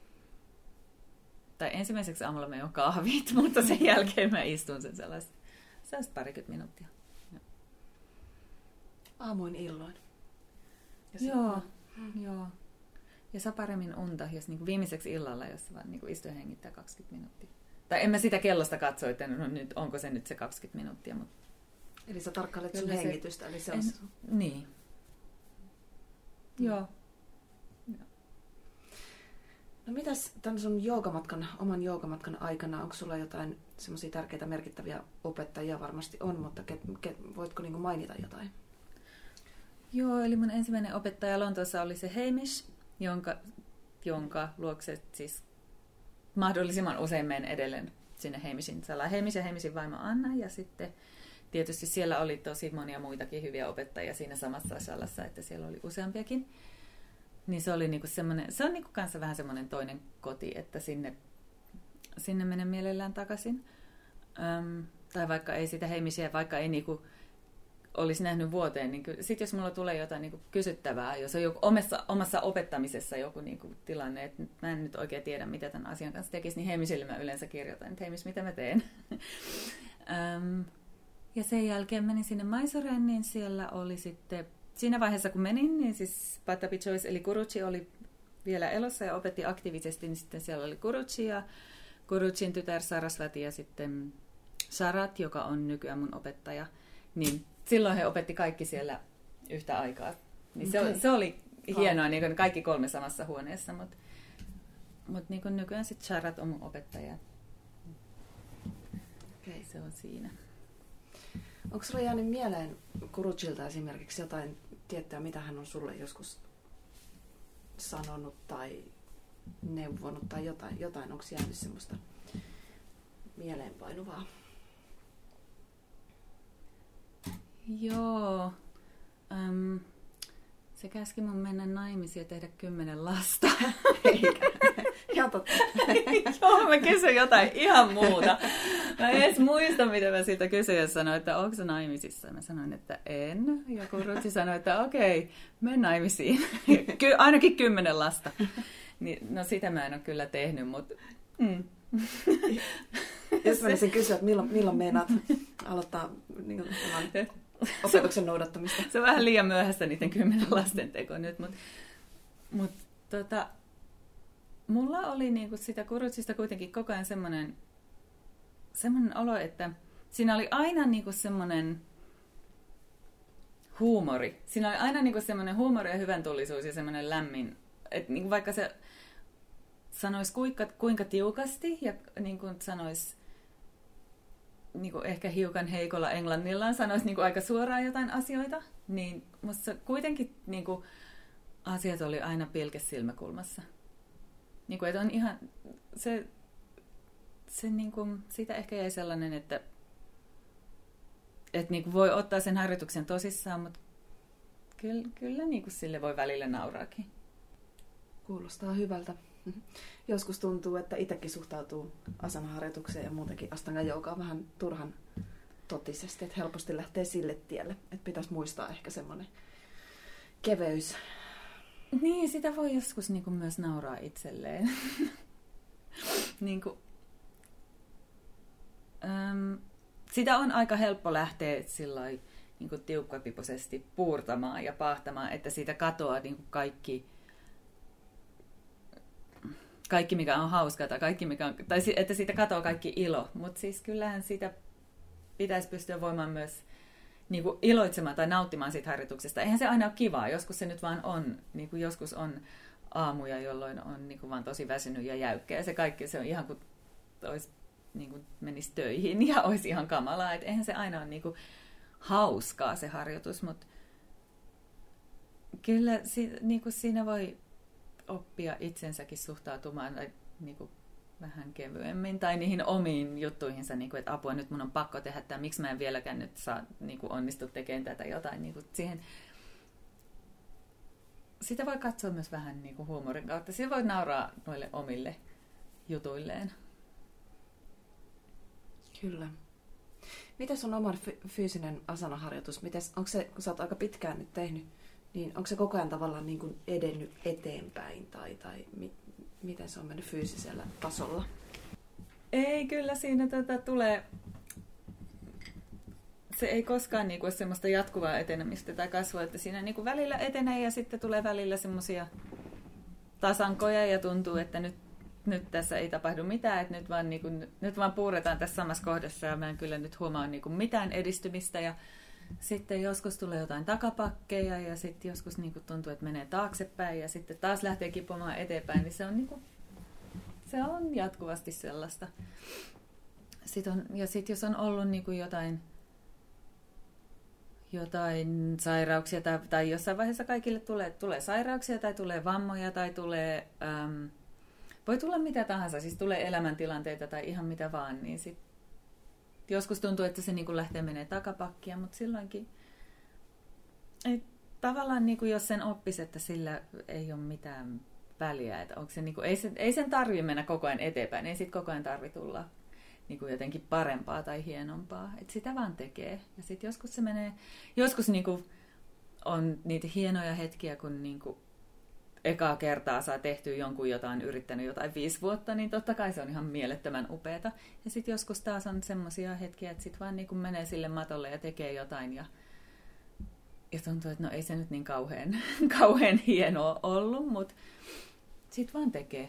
[SPEAKER 2] Tai ensimmäiseksi aamulla mä juon kahvit, mutta sen jälkeen mä istun sen sellaiset parikymmentä minuuttia.
[SPEAKER 1] Aamuin illoin.
[SPEAKER 2] Joo. Ja saa paremmin unta, jos niin kuin viimeiseksi illalla, jos vaan niin kuin istuu ja hengittää 20 minuuttia. Tai en mä sitä kellosta katso, että no nyt, onko se nyt se 20 minuuttia. Mutta
[SPEAKER 1] eli sä tarkkailet sun hengitystä. Eli se on...
[SPEAKER 2] Niin. Joo.
[SPEAKER 1] No mitäs tämän sun oman joogamatkan aikana, onko sulla jotain semmoisia tärkeitä merkittäviä opettajia varmasti on, mutta voitko niinku mainita jotain?
[SPEAKER 2] Joo, eli mun ensimmäinen opettaja Lontoossa oli se Hamish, jonka luokse siis mahdollisimman usein menen edelleen sinne Hamishin salaan. Hamish ja Hamishin vaimo Anna, ja sitten tietysti siellä oli tosi monia muitakin hyviä opettajia siinä samassa salassa, että siellä oli useampiakin. Niin se oli niinku semmoinen, se on niinku kanssa vähän semmoinen toinen koti, että sinne menen mielellään takaisin. Tai vaikka ei sitä Hamishia, vaikka ei niinku olisi nähnyt vuoteen, niin sitten jos mulla tulee jotain niin kuin kysyttävää, jos on joku omassa opettamisessa joku niin kuin tilanne, että mä en nyt oikein tiedä, mitä tämän asian kanssa tekisi, niin Hamishille mä yleensä kirjoitan, että Hamish, mitä mä teen? Ja sen jälkeen menin sinne Maisoreen, niin siellä oli sitten, siinä vaiheessa kun menin, niin siis Patapi Joyce eli Guruji oli vielä elossa ja opetti aktiivisesti, niin sitten siellä oli Guruji ja Gurujin tytär Sarasvati ja sitten Sharat, joka on nykyään mun opettaja, niin silloin he opetti kaikki siellä yhtä aikaa. Niin se oli hienoa, niin kuin kaikki kolme samassa huoneessa, mutta niin kuin nykyään sitten Sharat on mun opettaja.
[SPEAKER 1] Okay.
[SPEAKER 2] Se on siinä.
[SPEAKER 1] Onko sulla jäänyt mieleen Gurujilta esimerkiksi jotain tiettyä, mitä hän on sulle joskus sanonut tai neuvonut tai jotain? Onko jäänyt semmoista mieleenpainuvaa?
[SPEAKER 2] Joo. Se käski mun mennä naimisiin ja tehdä 10 lasta.
[SPEAKER 1] Eikä. Ihan totta.
[SPEAKER 2] Joo, mä kysyin jotain ihan muuta. Mä en edes muista, mitä mä siitä kysyin ja sanoin, että onko se naimisissa. Mä sanoin, että en. Ja Guruji sanoi, että okei, mene naimisiin. Ainakin 10 lasta. Niin, no sitä mä en ole kyllä tehnyt, mutta...
[SPEAKER 1] Jos mä olisin kysyä, että milloin meinaat aloittaa niin opetuksen noudattamista?
[SPEAKER 2] Se on vähän liian myöhäistä niiden 10 lasten teko nyt, mutta mulla oli niinku sitä Gurujista kuitenkin koko ajan semmoinen olo, että siinä oli aina niinku semmoinen huumori. Siinä oli aina niinku semmoinen huumori ja hyväntullisuus ja semmoinen lämmin, että niinku vaikka se sanoisi kuinka tiukasti ja niin kuin sanoisi niin kuin ehkä hiukan heikolla englannillaan sanoisi niin kuin aika suoraan jotain asioita, niin musta kuitenkin niin kuin, asiat oli aina pilkes silmäkulmassa. Niin kuin, että on ihan, se niin kuin, siitä ehkä jäi sellainen, että niin kuin voi ottaa sen harjoituksen tosissaan, mutta kyllä niin kuin sille voi välillä nauraakin.
[SPEAKER 1] Kuulostaa hyvältä. Joskus tuntuu, että itsekin suhtautuu asanaharjoitukseen ja muutenkin astanga-joogaan vähän turhan totisesti, että helposti lähtee sille tielle, että pitäisi muistaa ehkä semmoinen keveys.
[SPEAKER 2] Niin, sitä voi joskus niin kuin myös nauraa itselleen. niin kuin, sitä on aika helppo lähteä sillai, niin kuin tiukkapipoisesti puurtamaan ja paahtamaan, että siitä katoaa niin kuin kaikki, mikä on hauskaa, tai että siitä katoaa kaikki ilo. Mutta siis kyllähän siitä pitäisi pystyä voimaan myös niin kuin iloitsemaan tai nauttimaan siitä harjoituksesta. Eihän se aina ole kivaa. Joskus se nyt vaan on. Niin kuin joskus on aamuja, jolloin on niin kuin vaan tosi väsynyt ja jäykkä. Ja se kaikki, se on ihan kuin olisi, niin kuin menisi töihin ja olisi ihan kamalaa. Et eihän se aina ole niin kuin hauskaa se harjoitus, mutta kyllä niin kuin siinä voi oppia itsensäkin suhtautumaan niin kuin vähän kevyemmin tai niihin omiin juttuihinsa, niin kuin, että apua, nyt mun on pakko tehdä tämä, miksi mä en vieläkään nyt saa niin kuin onnistu tekemään tätä jotain. Niin kuin siihen. Sitä voi katsoa myös vähän niin kuin huumorin kautta. Sitä voi nauraa noille omille jutuilleen.
[SPEAKER 1] Kyllä. Mitä sun oma fyysinen asanaharjoitus, onko se, kun sä oot aika pitkään nyt tehnyt, niin onko se koko ajan tavallaan niin kuin edennyt eteenpäin tai miten se on mennyt fyysisellä tasolla?
[SPEAKER 2] Ei, kyllä siinä tulee, se ei koskaan niin kuin ole semmoista jatkuvaa etenemistä tai kasvua, että siinä niin kuin välillä etenee ja sitten tulee välillä semmoisia tasankoja ja tuntuu, että nyt tässä ei tapahdu mitään, että nyt vaan puuretaan tässä samassa kohdassa ja mä en kyllä nyt huomaa niin kuin mitään edistymistä ja sitten joskus tulee jotain takapakkeja ja sitten joskus niin kuin tuntuu, että menee taaksepäin ja sitten taas lähtee kipumaan eteenpäin, niin se on, niin kuin, se on jatkuvasti sellaista. Sitten jos on ollut niin kuin jotain sairauksia tai jossain vaiheessa kaikille tulee sairauksia tai tulee vammoja tai voi tulla mitä tahansa, siis tulee elämäntilanteita tai ihan mitä vaan, niin sitten joskus tuntuu, että se niin kuin lähtee menee takapakkia, mutta silloinkin ei, tavallaan niin kuin jos sen oppisi, että sillä ei ole mitään väliä, että onko se, niin kuin, ei sen tarvitse mennä koko ajan eteenpäin, ei sitten koko ajan tarvitse tulla niin kuin jotenkin parempaa tai hienompaa, että sitä vaan tekee. Ja sitten joskus se menee, joskus niin kuin on niitä hienoja hetkiä, kun niin kuin ekaa kertaa saa tehtyä jotain, yrittänyt jotain 5 vuotta, niin totta kai se on ihan mielettömän upeata. Ja sitten joskus taas on semmoisia hetkiä, että sitten vaan niin kuin menee sille matolle ja tekee jotain ja tuntuu, että no ei se nyt niin kauhean hienoa ollut, mutta sitten vaan tekee.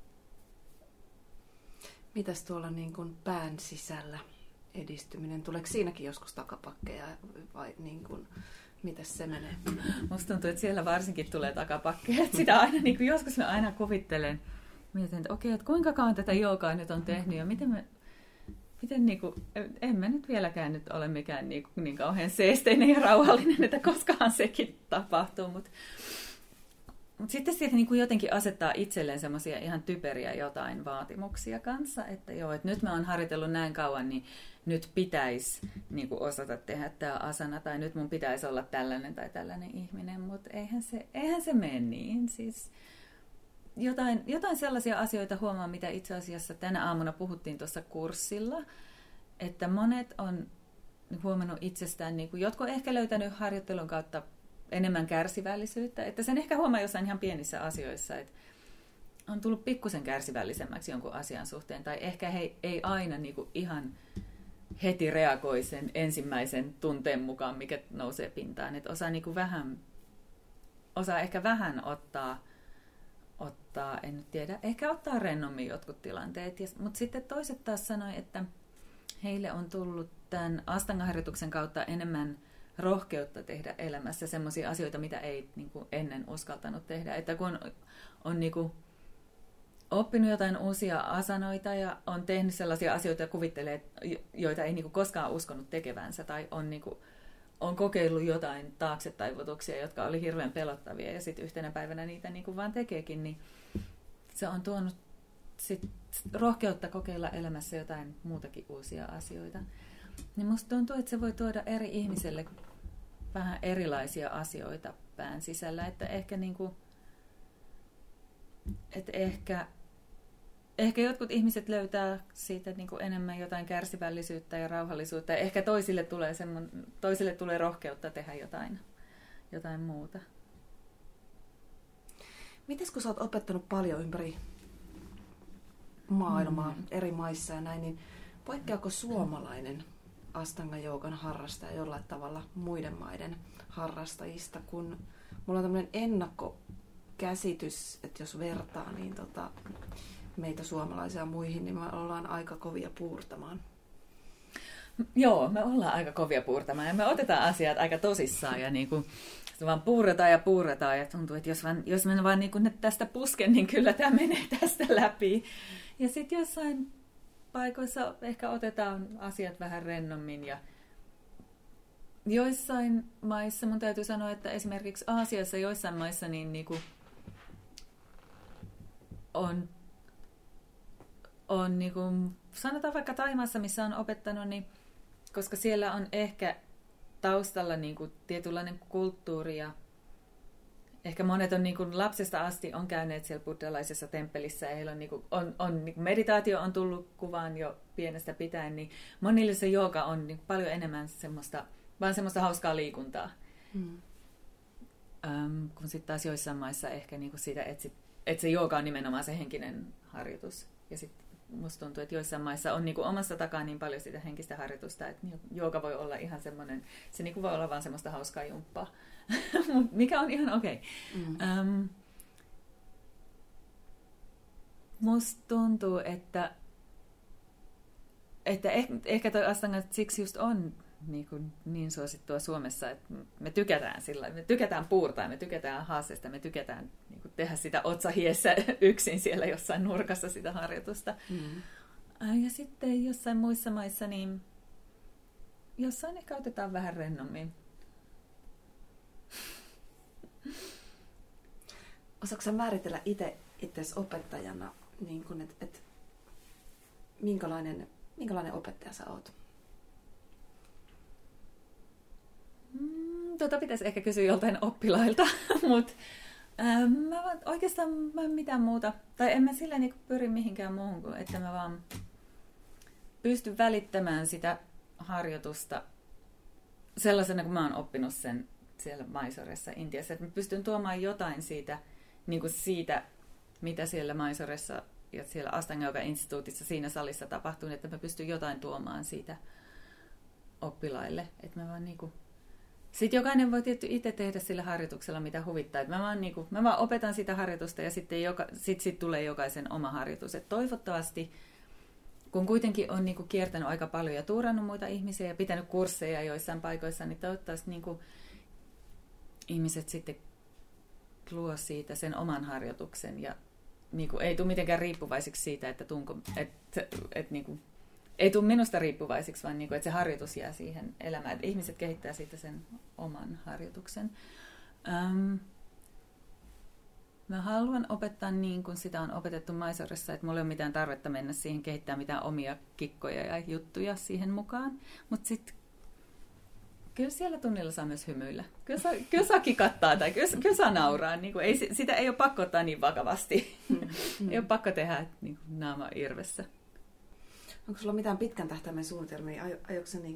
[SPEAKER 1] Mitäs tuolla niin kuin pään sisällä edistyminen? Tuleeko siinäkin joskus takapakkeja vai niin kuin, mitäs se menee?
[SPEAKER 2] Musta tuntuu, että siellä varsinkin tulee takapakkeja. Että sitä aina, niin kuin joskus mä aina kuvittelen, mietin, että okei, että kuinka kauan tätä joogaa nyt on tehnyt ja miten niin kuin, en mä nyt vieläkään nyt ole mikään niin kauhean seesteinen ja rauhallinen, että koskaan sekin tapahtuu, mutta sitten siitä niin kuin jotenkin asettaa itselleen semmoisia ihan typeriä jotain vaatimuksia kanssa, että joo, että nyt mä oon harjoitellut näin kauan, niin nyt pitäisi niin kuin osata tehdä tämä asana, tai nyt mun pitäisi olla tällainen tai tällainen ihminen, mutta eihän se mene niin. Siis jotain sellaisia asioita huomaa, mitä itse asiassa tänä aamuna puhuttiin tuossa kurssilla, että monet on huomannut itsestään, niin kuin jotkut ehkä löytänyt harjoittelun kautta enemmän kärsivällisyyttä, että sen ehkä huomaa jossain ihan pienissä asioissa, että on tullut pikkusen kärsivällisemmäksi jonkun asian suhteen, tai ehkä he ei aina niin kuin ihan heti reagoi sen ensimmäisen tunteen mukaan, mikä nousee pintaan, että osaa, niin kuin osaa ehkä vähän ottaa, en nyt tiedä, ehkä ottaa rennommin jotkut tilanteet, mutta sitten toiset taas sanoi, että heille on tullut tämän Astanga-harjoituksen kautta enemmän rohkeutta tehdä elämässä semmoisia asioita, mitä ei niin kuin ennen uskaltanut tehdä. Että kun on niin kuin oppinut jotain uusia asanoita ja on tehnyt sellaisia asioita ja kuvittelee, joita ei niinku koskaan uskonut tekevänsä tai on, niinku, on kokeillut jotain taaksetaivutuksia, jotka oli hirveän pelottavia ja sitten yhtenä päivänä niitä niinku vaan tekeekin, niin se on tuonut sit rohkeutta kokeilla elämässä jotain muutakin uusia asioita. Niin musta tuntuu, että se voi tuoda eri ihmiselle vähän erilaisia asioita pään sisällä, että ehkä niinku että ehkä jotkut ihmiset löytää siitä niin kuin enemmän jotain kärsivällisyyttä ja rauhallisuutta. Ja ehkä toisille tulee rohkeutta tehdä jotain muuta.
[SPEAKER 1] Mites kun sä oot opettanut paljon ympäri maailmaa, eri maissa ja näin, niin poikkeako suomalainen Astanga-joogan harrastaja jollain tavalla muiden maiden harrastajista, kun mulla on tämmöinen ennakkokäsitys, että jos vertaa niin meitä suomalaisia muihin, niin me ollaan aika kovia puurtamaan.
[SPEAKER 2] Joo, me ollaan aika kovia puurtamaan ja me otetaan asiat aika tosissaan ja niinku, vaan puurretaan ja tuntuu, että jos mä vaan niinku tästä pusken, niin kyllä tämä menee tästä läpi. Ja sitten jossain paikoissa ehkä otetaan asiat vähän rennommin ja joissain maissa, mun täytyy sanoa, että esimerkiksi Aasiassa joissain maissa niin niinku on niinku, sanotaan vaikka Thaimaassa, missä on opettanut, niin, koska siellä on ehkä taustalla niinku tietynlainen kulttuuri ja ehkä monet on niinku lapsesta asti on käyneet siellä buddhalaisessa temppelissä ja heillä on, niinku meditaatio on tullut kuvaan jo pienestä pitäen, niin monille se jooga on niinku paljon enemmän semmoista hauskaa liikuntaa. Kun sitten taas joissain maissa ehkä niinku siitä, että se jooga on nimenomaan se henkinen harjoitus. Ja sitten musta tuntuu, että joissain maissa on niinku omassa takaa niin paljon sitä henkistä harjoitusta, että jooga voi olla ihan semmoinen, se niinku voi olla vaan semmoista hauskaa jumppaa, mikä on ihan okei. Musta tuntuu, että ehkä toi Astanga siksi just on niin suosittua Suomessa, että me tykätään puurtaa, me tykätään haasteesta, me tykätään tehdä sitä otsahiessä yksin siellä jossain nurkassa sitä harjoitusta. Ja sitten jossain muissa maissa, niin jossain ehkä otetaan vähän rennommin.
[SPEAKER 1] Osaatko sä määritellä itse opettajana, niin että minkälainen opettaja sä oot?
[SPEAKER 2] Pitäisi ehkä kysyä joltain oppilailta, mutta oikeastaan mä en mitään muuta, tai en mä sillä niin pyri mihinkään muuhun kuin, että mä vaan pystyn välittämään sitä harjoitusta sellaisena, kun mä oon oppinut sen siellä Mysoressa Intiassa, että mä pystyn tuomaan jotain siitä, niin kuin siitä mitä siellä Mysoressa ja siellä Astanga Yoga Instituutissa siinä salissa tapahtui, että mä pystyn jotain tuomaan siitä oppilaille, että mä vaan niinku sitten jokainen voi tietysti itse tehdä sillä harjoituksella, mitä huvittaa. Mä vaan opetan sitä harjoitusta ja sitten sit tulee jokaisen oma harjoitus. Et toivottavasti, kun kuitenkin on niinku kiertänyt aika paljon ja tuurannut muita ihmisiä ja pitänyt kursseja joissain paikoissa, niin toivottavasti niinku ihmiset sitten luo siitä sen oman harjoituksen. Ja niinku ei tule mitenkään riippuvaisiksi siitä, että ei tule minusta riippuvaisiksi, vaan että se harjoitus jää siihen elämään. Että ihmiset kehittää siitä sen oman harjoituksen. Mä haluan opettaa niin kuin sitä on opetettu Mysoressa, että mulla ei ole mitään tarvetta mennä siihen kehittämään mitään omia kikkoja ja juttuja siihen mukaan. Mutta sitten kyllä siellä tunnilla saa myös hymyillä. Kyllä saa kikattaa tai kyllä saa nauraa. Sitä ei ole pakko ottaa niin vakavasti. Ei ole pakko tehdä naama irvessä.
[SPEAKER 1] Onko sulla mitään pitkän tähtäimen suunnitelmia? Aiotko se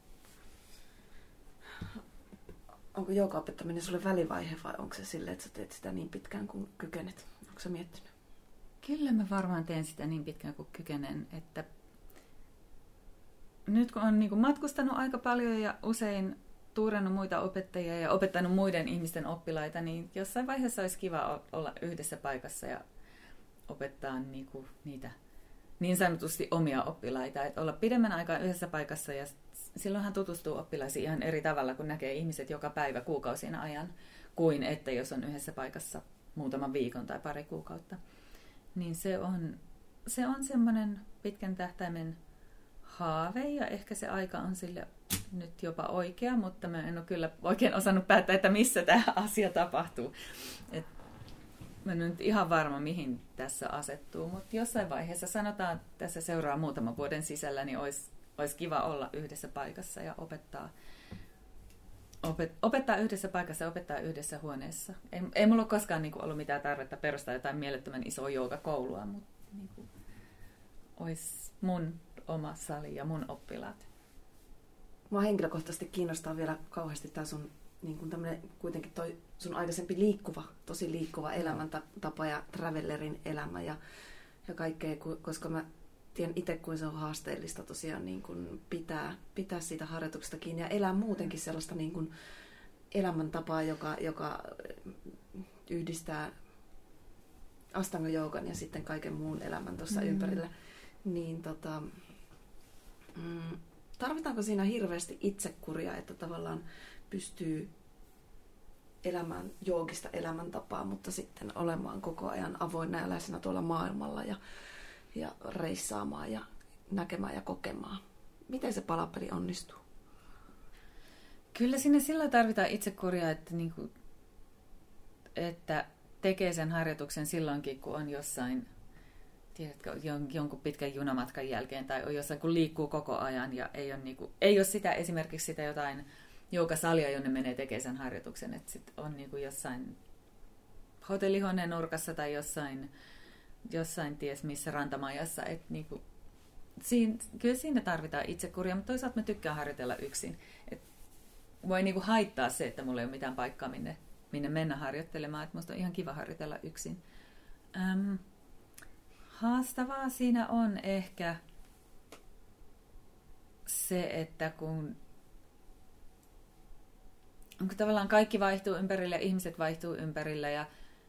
[SPEAKER 1] onko joogaopettaminen sulle välivaihe vai onko se silleen, että sä teet sitä niin pitkään kuin kykenet? Onko sä miettinyt?
[SPEAKER 2] Kyllä mä varmaan teen sitä niin pitkään kuin kykenen, että nyt kun on matkustanut aika paljon ja usein tuurannut muita opettajia ja opettanut muiden ihmisten oppilaita, niin jossain vaiheessa olisi kiva olla yhdessä paikassa ja opettaa niitä niin sanotusti omia oppilaita, että olla pidemmän aikaa yhdessä paikassa ja silloinhan tutustuu oppilaisiin ihan eri tavalla, kun näkee ihmiset joka päivä kuukausien ajan, kuin että jos on yhdessä paikassa muutaman viikon tai pari kuukautta. niin se on semmoinen pitkän tähtäimen haave, ja ehkä se aika on sille nyt jopa oikea, mutta mä en ole kyllä oikein osannut päättää, että missä tämä asia tapahtuu. Mä en ole nyt ihan varma, mihin tässä asettuu, mutta jossain vaiheessa sanotaan, että tässä seuraa muutaman vuoden sisällä, niin olisi kiva olla yhdessä paikassa ja opettaa yhdessä paikassa ja opettaa yhdessä huoneessa. Ei mulla ole koskaan niin kuin ollut mitään tarvetta perustaa jotain mielettömän isoa joogakoulua, mutta niin kuin, olisi mun oma sali ja mun oppilaat.
[SPEAKER 1] Mua henkilökohtaisesti kiinnostaa vielä kauheasti tämä sun niin kuin tämmönen, kuitenkin toi sun aikaisempi tosi liikkuva elämäntapa ja travellerin elämä ja kaikkea, koska mä tiedän itse, kuin se on haasteellista tosiaan niin kuin pitää siitä harjoituksesta kiinni ja elää muutenkin sellaista niin kuin elämäntapaa, joka yhdistää Astanga-joogan ja sitten kaiken muun elämän tuossa ympärillä. Niin tarvitaanko siinä hirveästi itsekuria, että tavallaan pystyy elämään joogista elämäntapaa, mutta sitten olemaan koko ajan avoinna ja läsnä tuolla maailmalla ja reissaamaan ja näkemään ja kokemaan. Miten se palapeli onnistuu?
[SPEAKER 2] Kyllä sinne sillä tarvitaan itsekuria, että tekee sen harjoituksen silloinkin, kun on jossain, tiedätkö, jonkun pitkän junamatkan jälkeen tai on jossain, kun liikkuu koko ajan ja ei ole sitä, esimerkiksi sitä jotain joogasalia, jonne menee tekemään sen harjoituksen, että sit on jossain hotellihuoneen nurkassa tai jossain ties missä rantamajassa, että kyllä siinä tarvitaan itsekuria, mutta toisaalta mä tykkään harjoitella yksin. Et voi haittaa se, että mulla ei ole mitään paikkaa, minne mennä harjoittelemaan, että musta on ihan kiva harjoitella yksin. Haastavaa siinä on ehkä se, että kun tavallaan kaikki vaihtuu ympärillä, ihmiset vaihtuu ympärillä ja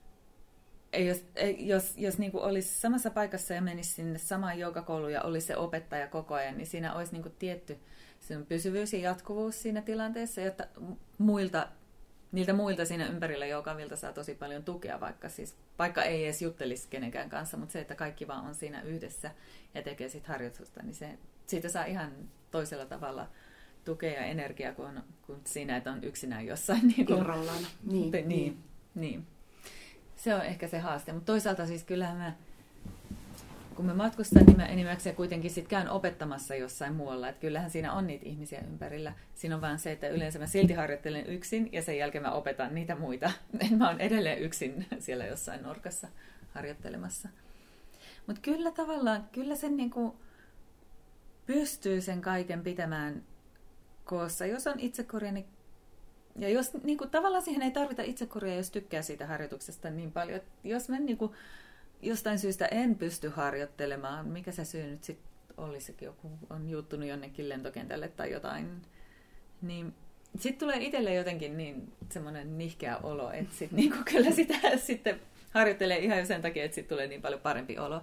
[SPEAKER 2] jos niin kuin olisi samassa paikassa ja menisi sinne samaan joogakouluun ja olisi se opettaja koko ajan, niin siinä olisi niin kuin tietty pysyvyys ja jatkuvuus siinä tilanteessa, jotta niiltä muilta siinä ympärillä joogavilta saa tosi paljon tukea, vaikka ei edes juttelisi kenenkään kanssa, mutta se, että kaikki vaan on siinä yhdessä ja tekee sit harjoitusta, niin siitä saa ihan toisella tavalla tukea ja energiaa kuin siinä, että on yksinään jossain.
[SPEAKER 1] Irrallaan.
[SPEAKER 2] Niin. Se on ehkä se haaste, mutta toisaalta siis kyllähän kun mä matkustan, niin mä enimmäkseen kuitenkin sit käyn opettamassa jossain muualla, että kyllähän siinä on niitä ihmisiä ympärillä. Siinä on vaan se, että yleensä mä silti harjoittelen yksin ja sen jälkeen mä opetan niitä muita. Mä oon edelleen yksin siellä jossain nurkassa harjoittelemassa. Mutta kyllä sen niinku pystyy sen kaiken pitämään koossa. Jos on itsekuria, niin ja jos tavallaan siihen ei tarvita itsekuria, jos tykkää siitä harjoituksesta niin paljon. Jos mä jostain syystä en pysty harjoittelemaan, mikä se syy nyt sitten olisi, joku on juuttunut jonnekin lentokentälle tai jotain, niin sitten tulee itselle jotenkin niin semmoinen nihkeä olo, että kyllä sitä sitten harjoittelee ihan jo sen takia, että sitten tulee niin paljon parempi olo.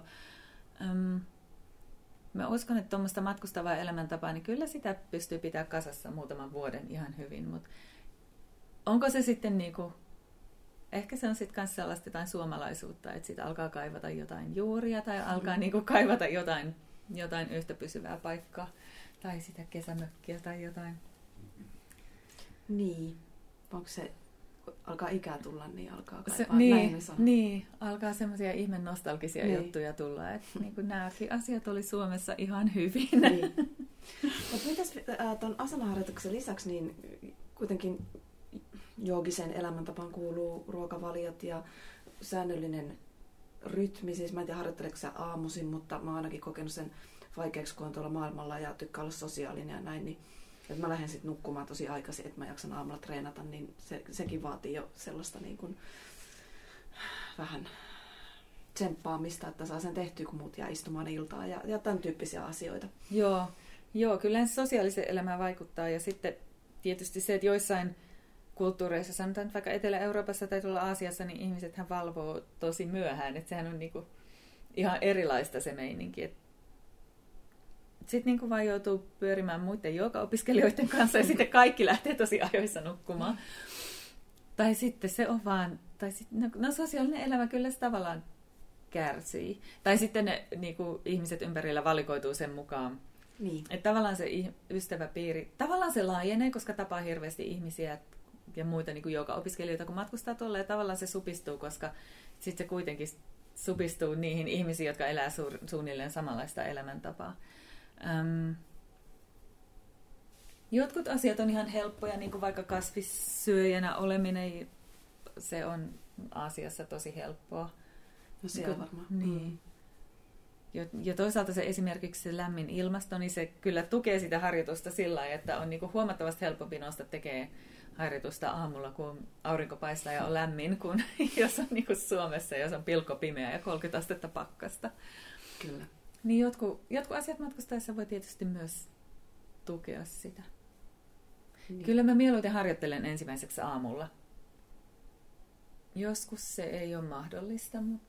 [SPEAKER 2] Mä uskon, että tuommoista matkustavaa elämäntapaa, niin kyllä sitä pystyy pitämään kasassa muutaman vuoden ihan hyvin, mutta onko se sitten ehkä se on sitten myös sellaista jotain suomalaisuutta, että sitten alkaa kaivata jotain juuria tai alkaa kaivata jotain yhtä pysyvää paikkaa tai sitä kesämökkiä tai jotain.
[SPEAKER 1] Niin. Onko se, alkaa ikää tulla, niin alkaa kaivaa
[SPEAKER 2] Niin, alkaa semmoisia ihme nostalgisia juttuja tulla, että nämäkin asiat oli Suomessa ihan hyvin.
[SPEAKER 1] Niin. Mutta mitäs tuon asanaharjoituksen lisäksi, niin kuitenkin joogisen elämäntapaan kuuluu ruokavaliot ja säännöllinen rytmi. Siis mä en tiedä, harjoitteleeko sä aamuisin, mutta mä oon ainakin kokenut sen vaikeaksi, kun on tuolla maailmalla ja tykkää olla sosiaalinen ja näin. Niin, että mä lähden sitten nukkumaan tosi aikaisin, että mä jaksan aamulla treenata, niin sekin vaatii jo sellaista niin kuin vähän tsemppaamista, että saa sen tehtyä, kun muut jää istumaan iltaa ja tämän tyyppisiä asioita.
[SPEAKER 2] Joo, kyllä se sosiaaliseen elämään vaikuttaa ja sitten tietysti se, että joissain kulttuureissa, sanotaan että vaikka Etelä-Euroopassa tai tuolla Aasiassa, niin ihmisethän valvoo tosi myöhään, että sehän on ihan erilaista se meininki. Sitten vaan joutuu pyörimään muiden joogaopiskelijoiden kanssa ja sitten kaikki lähtee tosi ajoissa nukkumaan. Tai sitten se on vaan, sosiaalinen elämä kyllä se tavallaan kärsii. Tai sitten ne niin kuin ihmiset ympärillä valikoituu sen mukaan.
[SPEAKER 1] Niin.
[SPEAKER 2] Että tavallaan se ystäväpiiri, tavallaan se laajenee, koska tapaa hirveästi ihmisiä ja muita niin kuin joogaopiskelijoita, kun matkustaa tuolla, ja tavallaan se supistuu, koska sitten se kuitenkin supistuu niihin ihmisiin, jotka elää suunnilleen samanlaista elämäntapaa. Jotkut asiat on ihan helppoja, niin kuin vaikka kasvissyöjänä oleminen, se on Aasiassa tosi helppoa.
[SPEAKER 1] No se on varmaan.
[SPEAKER 2] Niin. Ja toisaalta se esimerkiksi se lämmin ilmasto, niin se kyllä tukee sitä harjoitusta sillä lailla, että on niinku huomattavasti helpompi nousta tekemään harjoitusta aamulla, kun aurinko paistaa ja on lämmin, kuin jos on niinku Suomessa, jos on pilkkopimeä ja 30 astetta pakkasta.
[SPEAKER 1] Kyllä.
[SPEAKER 2] Niin jotkut asiat matkustaessa voi tietysti myös tukea sitä. Niin. Kyllä mä mieluiten harjoittelen ensimmäiseksi aamulla. Joskus se ei ole mahdollista, mutta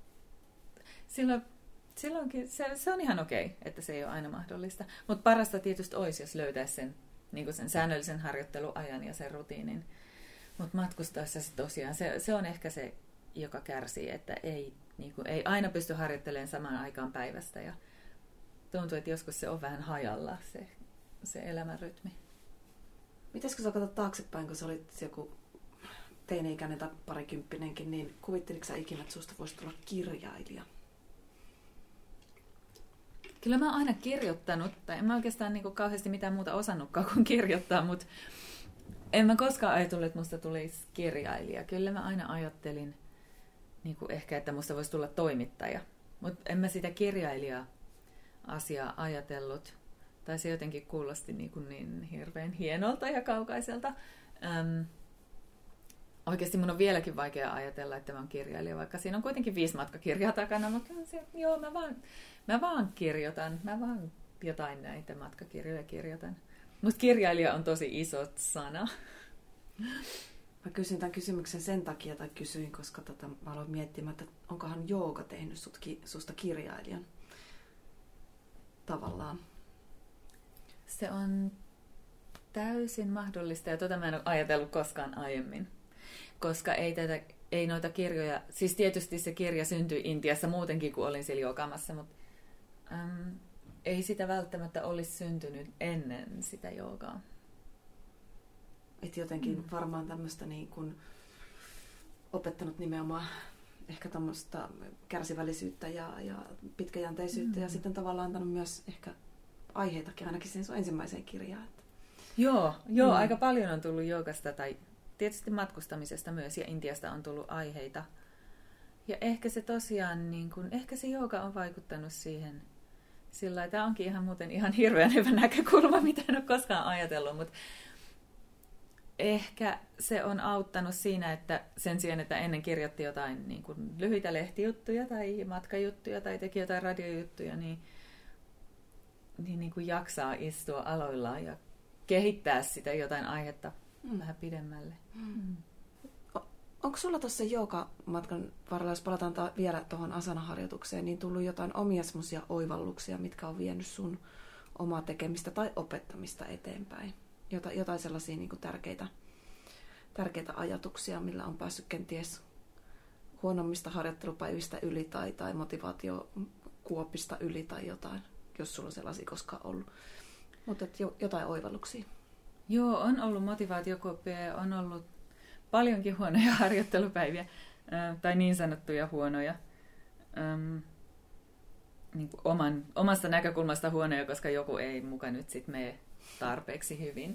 [SPEAKER 2] silloinkin se on ihan okei, että se ei ole aina mahdollista. Mutta parasta tietysti olisi, jos löytäisi sen, niin sen säännöllisen harjoitteluajan ja sen rutiinin. Mutta matkustaessa se tosiaan, se on ehkä se, joka kärsii, että ei aina pysty harjoittelemaan samaan aikaan päivästä. Ja tuntuu, että joskus se on vähän hajalla se elämänrytmi.
[SPEAKER 1] Mites kun sä katsot taaksepäin, kun sä olit joku teini-ikäinen tai parikymppinenkin, niin kuvitteliko sä ikinä, että susta voisi tulla kirjailija?
[SPEAKER 2] Kyllä mä oon aina kirjoittanut, tai en mä oikeastaan niin kuin kauheasti mitään muuta osannutkaan kuin kirjoittaa, mutta en mä koskaan ajatellut, että musta tulisi kirjailija. Kyllä mä aina ajattelin niin kuin ehkä, että musta voisi tulla toimittaja, mutta en mä sitä kirjailija-asiaa ajatellut. Tai se jotenkin kuulosti niin hirveän hienolta ja kaukaiselta. Oikeasti mun on vieläkin vaikea ajatella, että mä oon kirjailija, vaikka siinä on kuitenkin 5 matkakirjaa takana, mutta joo, mä vaan kirjoitan. Mä vaan jotain näitä matkakirjoja kirjoitan. Mutta kirjailija on tosi iso sana.
[SPEAKER 1] Mä kysyin tämän kysymyksen sen takia, koska mä aloin miettimään, että onkohan jooga tehnyt susta kirjailijan tavallaan.
[SPEAKER 2] Se on täysin mahdollista, ja mä en ole ajatellut koskaan aiemmin. Koska ei noita kirjoja, siis tietysti se kirja syntyi Intiassa muutenkin, kun olin siellä joogaamassa, mutta ei sitä välttämättä olisi syntynyt ennen sitä joogaa.
[SPEAKER 1] Et jotenkin varmaan tämmöistä niin kuin opettanut nimenomaan ehkä tämmöistä kärsivällisyyttä ja pitkäjänteisyyttä ja sitten tavallaan antanut myös ehkä aiheitakin ainakin sen sun ensimmäiseen kirjaan.
[SPEAKER 2] Joo, aika paljon on tullut joogasta tai tietysti matkustamisesta myös ja Intiasta on tullut aiheita. Ja ehkä se tosiaan, ehkä se jooga on vaikuttanut siihen. Sillä tämä onkin ihan muuten ihan hirveän hyvä näkökulma, mitä en ole koskaan ajatellut, mutta ehkä se on auttanut siinä, että sen sijaan, että ennen kirjoitti jotain niin kuin lyhyitä lehtijuttuja tai matkajuttuja tai teki jotain radiojuttuja, niin kuin jaksaa istua aloillaan ja kehittää sitä jotain aihetta vähän pidemmälle.
[SPEAKER 1] Onko sulla tuossa joogamatkan varrella, jos palataan vielä tuohon asana-harjoitukseen, niin tullut jotain omia semmoisia oivalluksia, mitkä on vienyt sun omaa tekemistä tai opettamista eteenpäin? Jotain sellaisia niin kuin tärkeitä ajatuksia, millä on päässyt kenties huonommista harjoittelupäivistä yli tai motivaatiokuopista yli tai jotain, jos sulla on sellaisia koskaan ollut. Mutta jotain oivalluksia.
[SPEAKER 2] Joo, on ollut motivaatiokuoppia ja on ollut paljonkin huonoja harjoittelupäiviä, tai niin sanottuja huonoja. Niin kuin omasta näkökulmasta huonoja, koska joku ei muka nyt sit mene tarpeeksi hyvin.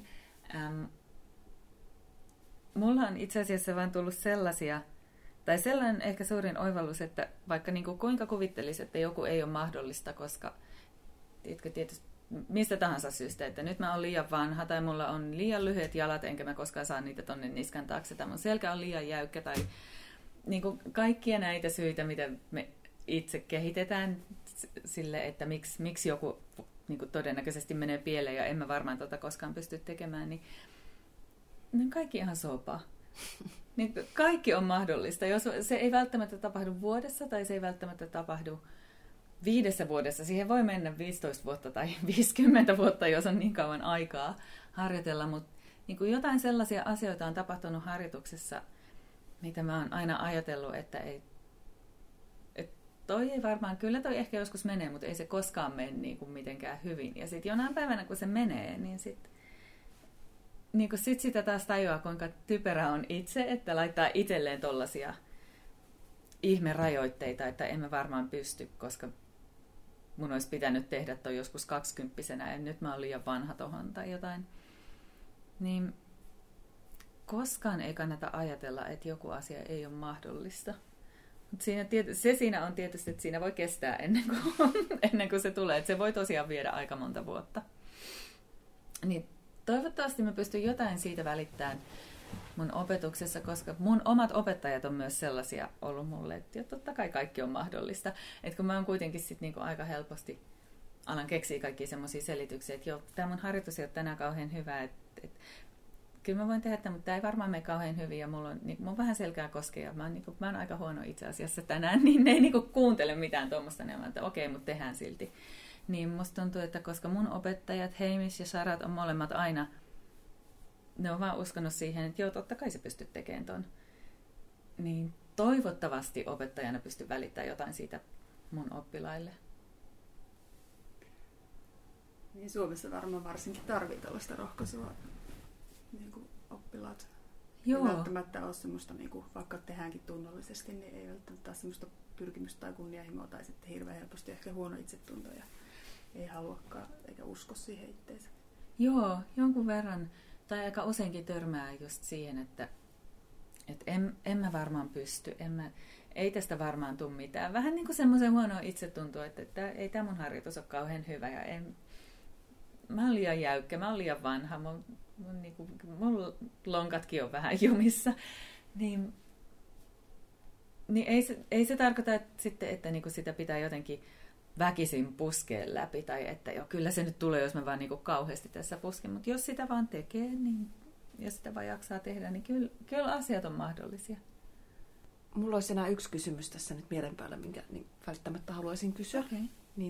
[SPEAKER 2] Mulla on itse asiassa vaan tullut sellaisia, tai sellainen ehkä suurin oivallus, että vaikka niin kuin kuinka kuvittelisi, että joku ei ole mahdollista, koska tietysti mistä tahansa syystä, että nyt mä oon liian vanha tai mulla on liian lyhyet jalat, enkä mä koskaan saa niitä tonne niskan taakse, tai mun selkä on liian jäykkä, tai niin kuin kaikkia näitä syitä, mitä me itse kehitetään sille, että miksi joku niin kuin todennäköisesti menee pieleen ja en mä varmaan koskaan pysty tekemään, niin ne on kaikki ihan sopaa. Niin kaikki on mahdollista. Jos se ei välttämättä tapahdu vuodessa tai se ei välttämättä tapahdu 5 vuodessa. Siihen voi mennä 15 vuotta tai 50 vuotta, jos on niin kauan aikaa harjoitella, mutta niin kuin jotain sellaisia asioita on tapahtunut harjoituksessa, mitä mä oon aina ajatellut, että toi ei varmaan, kyllä toi ehkä joskus menee, mutta ei se koskaan mene niin kuin mitenkään hyvin. Ja sitten jonain päivänä, kun se menee, niin sitten niin sit sitä taas tajuaa, kuinka typerä on itse, että laittaa itselleen tollaisia ihmerajoitteita, että emme varmaan pysty, koska mun olisi pitänyt tehdä toi joskus 20-vuotiaana ja nyt mä oon liian vanha tohon tai jotain. Niin koskaan ei kannata ajatella, että joku asia ei ole mahdollista. Mutta siinä on tietysti, että siinä voi kestää ennen kuin se tulee. Että se voi tosiaan viedä aika monta vuotta. Niin toivottavasti mä pystyn jotain siitä välittämään mun opetuksessa, koska mun omat opettajat on myös sellaisia ollut mulle, että totta kai kaikki on mahdollista. Että kun mä oon kuitenkin sit niinku aika helposti alan keksiä kaikkia semmoisia selityksiä, että joo, tämä mun harjoitus ei ole tänään kauhean hyvä, että kyllä mä voin tehdä tämän, mutta tämä ei varmaan mene kauhean hyvin ja mulla on vähän selkää koskea ja mä oon aika huono itse asiassa tänään, niin ne ei niinku kuuntele mitään tuommoista, niin että okei, mutta tehdään silti. Niin musta tuntuu, että koska mun opettajat, Hamish ja Sharat on molemmat aina, ne on vaan uskonut siihen, että joo, totta kai se pystyt tekemään ton. Niin toivottavasti opettajana pystyn välittämään jotain siitä mun oppilaille.
[SPEAKER 3] Niin Suomessa varmaan varsinkin tarvii tällaista rohkaisua. Niin kuin oppilaat. Joo. Ei välttämättä ole semmoista, niin kuin, vaikka tehdäänkin tunnollisesti, niin ei välttämättä ole semmoista pyrkimystä tai kunnianhimoa tai sitten hirveän helposti ehkä huono itsetunto ja ei haluakaan eikä usko siihen itteensä.
[SPEAKER 2] Joo, jonkun verran. Tai aika useinkin törmää just siihen, että en mä varmaan pysty, ei tästä varmaan tule mitään. Vähän niin kuin semmoisen huonoa itsetuntoa, että ei tämä mun harjoitus ole kauhean hyvä ja mä oon liian jäykkä, mä oon liian vanha, mun lonkatkin on vähän jumissa. Niin ei se tarkoita, että niinku sitä pitää jotenkin väkisin puskea läpi, tai että joo, kyllä se nyt tulee, jos mä vaan niinku kauheasti tässä pusken, mutta jos sitä vaan tekee, niin jos sitä vaan jaksaa tehdä, niin kyllä asiat on mahdollisia.
[SPEAKER 1] Mulla olisi enää yksi kysymys tässä nyt mielen päällä, minkä niin välttämättä haluaisin kysyä.
[SPEAKER 2] Okay.
[SPEAKER 1] Niin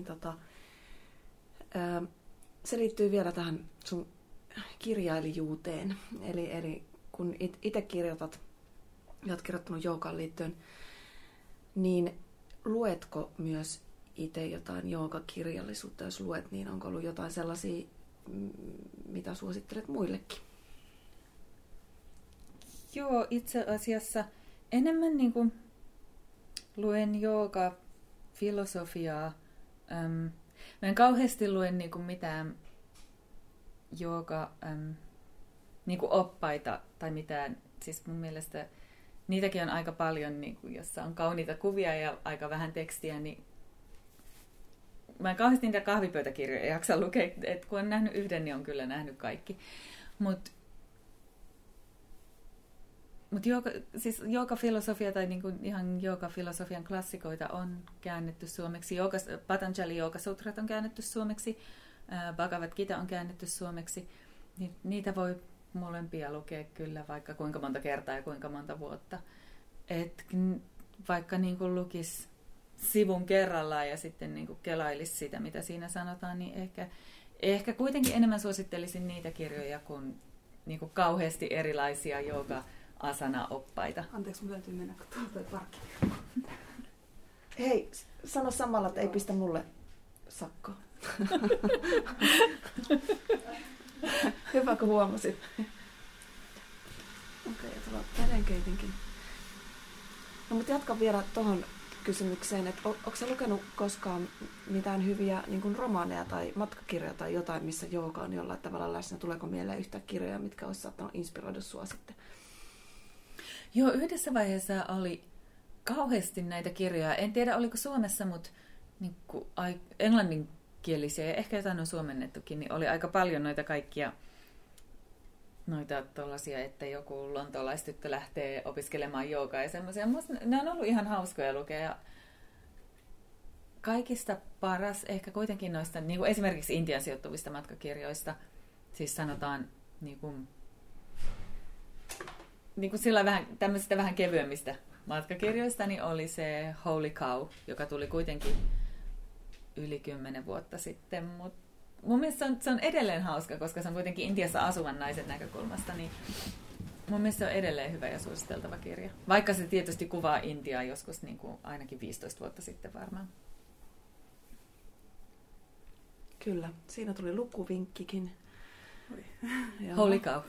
[SPEAKER 1] se liittyy vielä tähän sun kirjailijuuteen. Eli kun itse kirjoitat, ja oot kirjoittanut joogaan liittyen, niin luetko myös itse jotain joogakirjallisuutta? Jos luet, niin onko ollut jotain sellaisia, mitä suosittelet muillekin?
[SPEAKER 2] Joo, itse asiassa enemmän niin kuin luen joogafilosofiaa. Mä en kauheasti lue niin kuin mitään niin kuin oppaita tai mitään. Siis mun mielestä niitäkin on aika paljon, niin kuin, jossa on kauniita kuvia ja aika vähän tekstiä, niin mä en kauheasti niitä kahvipöytäkirjoja jaksa lukea, että kun on nähnyt yhden, niin on kyllä nähnyt kaikki. Mutta siis joogafilosofia tai niinku ihan joogafilosofian klassikoita on käännetty suomeksi. Patanjali Joogasutrat on käännetty suomeksi, Bhagavad Gita on käännetty suomeksi. Niitä voi molempia lukea kyllä vaikka kuinka monta kertaa ja kuinka monta vuotta. Et vaikka niinku lukisi sivun kerrallaan ja sitten niinku kelailisi sitä, mitä siinä sanotaan, niin ehkä kuitenkin enemmän suosittelisin niitä kirjoja kuin niinku kauheasti erilaisia jooga-asana-oppaita.
[SPEAKER 3] Anteeksi, mun täytyy mennä, kun tuolta parkki.
[SPEAKER 1] Hei, sano samalla, että ei pistä mulle sakkoa. Hyvä, kun huomasit. Okei, ja tuolla vedenkeitinkin. No, mutta jatkan vielä tuohon kysymykseen, että onko sä lukenut koskaan mitään hyviä niin kuin romaaneja tai matkakirjoja tai jotain, missä jooga on jollain tavalla läsnä? Tuleeko mieleen yhtään kirjoja, mitkä olisi saattanut inspiroida sua sitten?
[SPEAKER 2] Joo, yhdessä vaiheessa oli kauheasti näitä kirjoja. En tiedä, oliko Suomessa, mutta niin englanninkielisiä ja ehkä jotain on suomennettukin, niin oli aika paljon noita kaikkia noita tollaisia, että joku lontolaistyttö lähtee opiskelemaan joogaa ja semmoisia. Ne on ollut ihan hauskoja lukea. Ja kaikista paras ehkä kuitenkin noista, niin kuin esimerkiksi Intian sijoittuvista matkakirjoista, siis sanotaan niin kuin sillä vähän, tämmöisistä vähän kevyemmistä matkakirjoista, niin oli se Holy Cow, joka tuli kuitenkin yli 10 vuotta sitten, mutta mun mielestä se on edelleen hauska, koska se on kuitenkin Intiassa asuvan naisen näkökulmasta, niin mun mielestä se on edelleen hyvä ja suositeltava kirja. Vaikka se tietysti kuvaa Intiaa joskus niin kuin ainakin 15 vuotta sitten varmaan.
[SPEAKER 1] Kyllä, siinä tuli lukuvinkkikin.
[SPEAKER 2] Holy cow.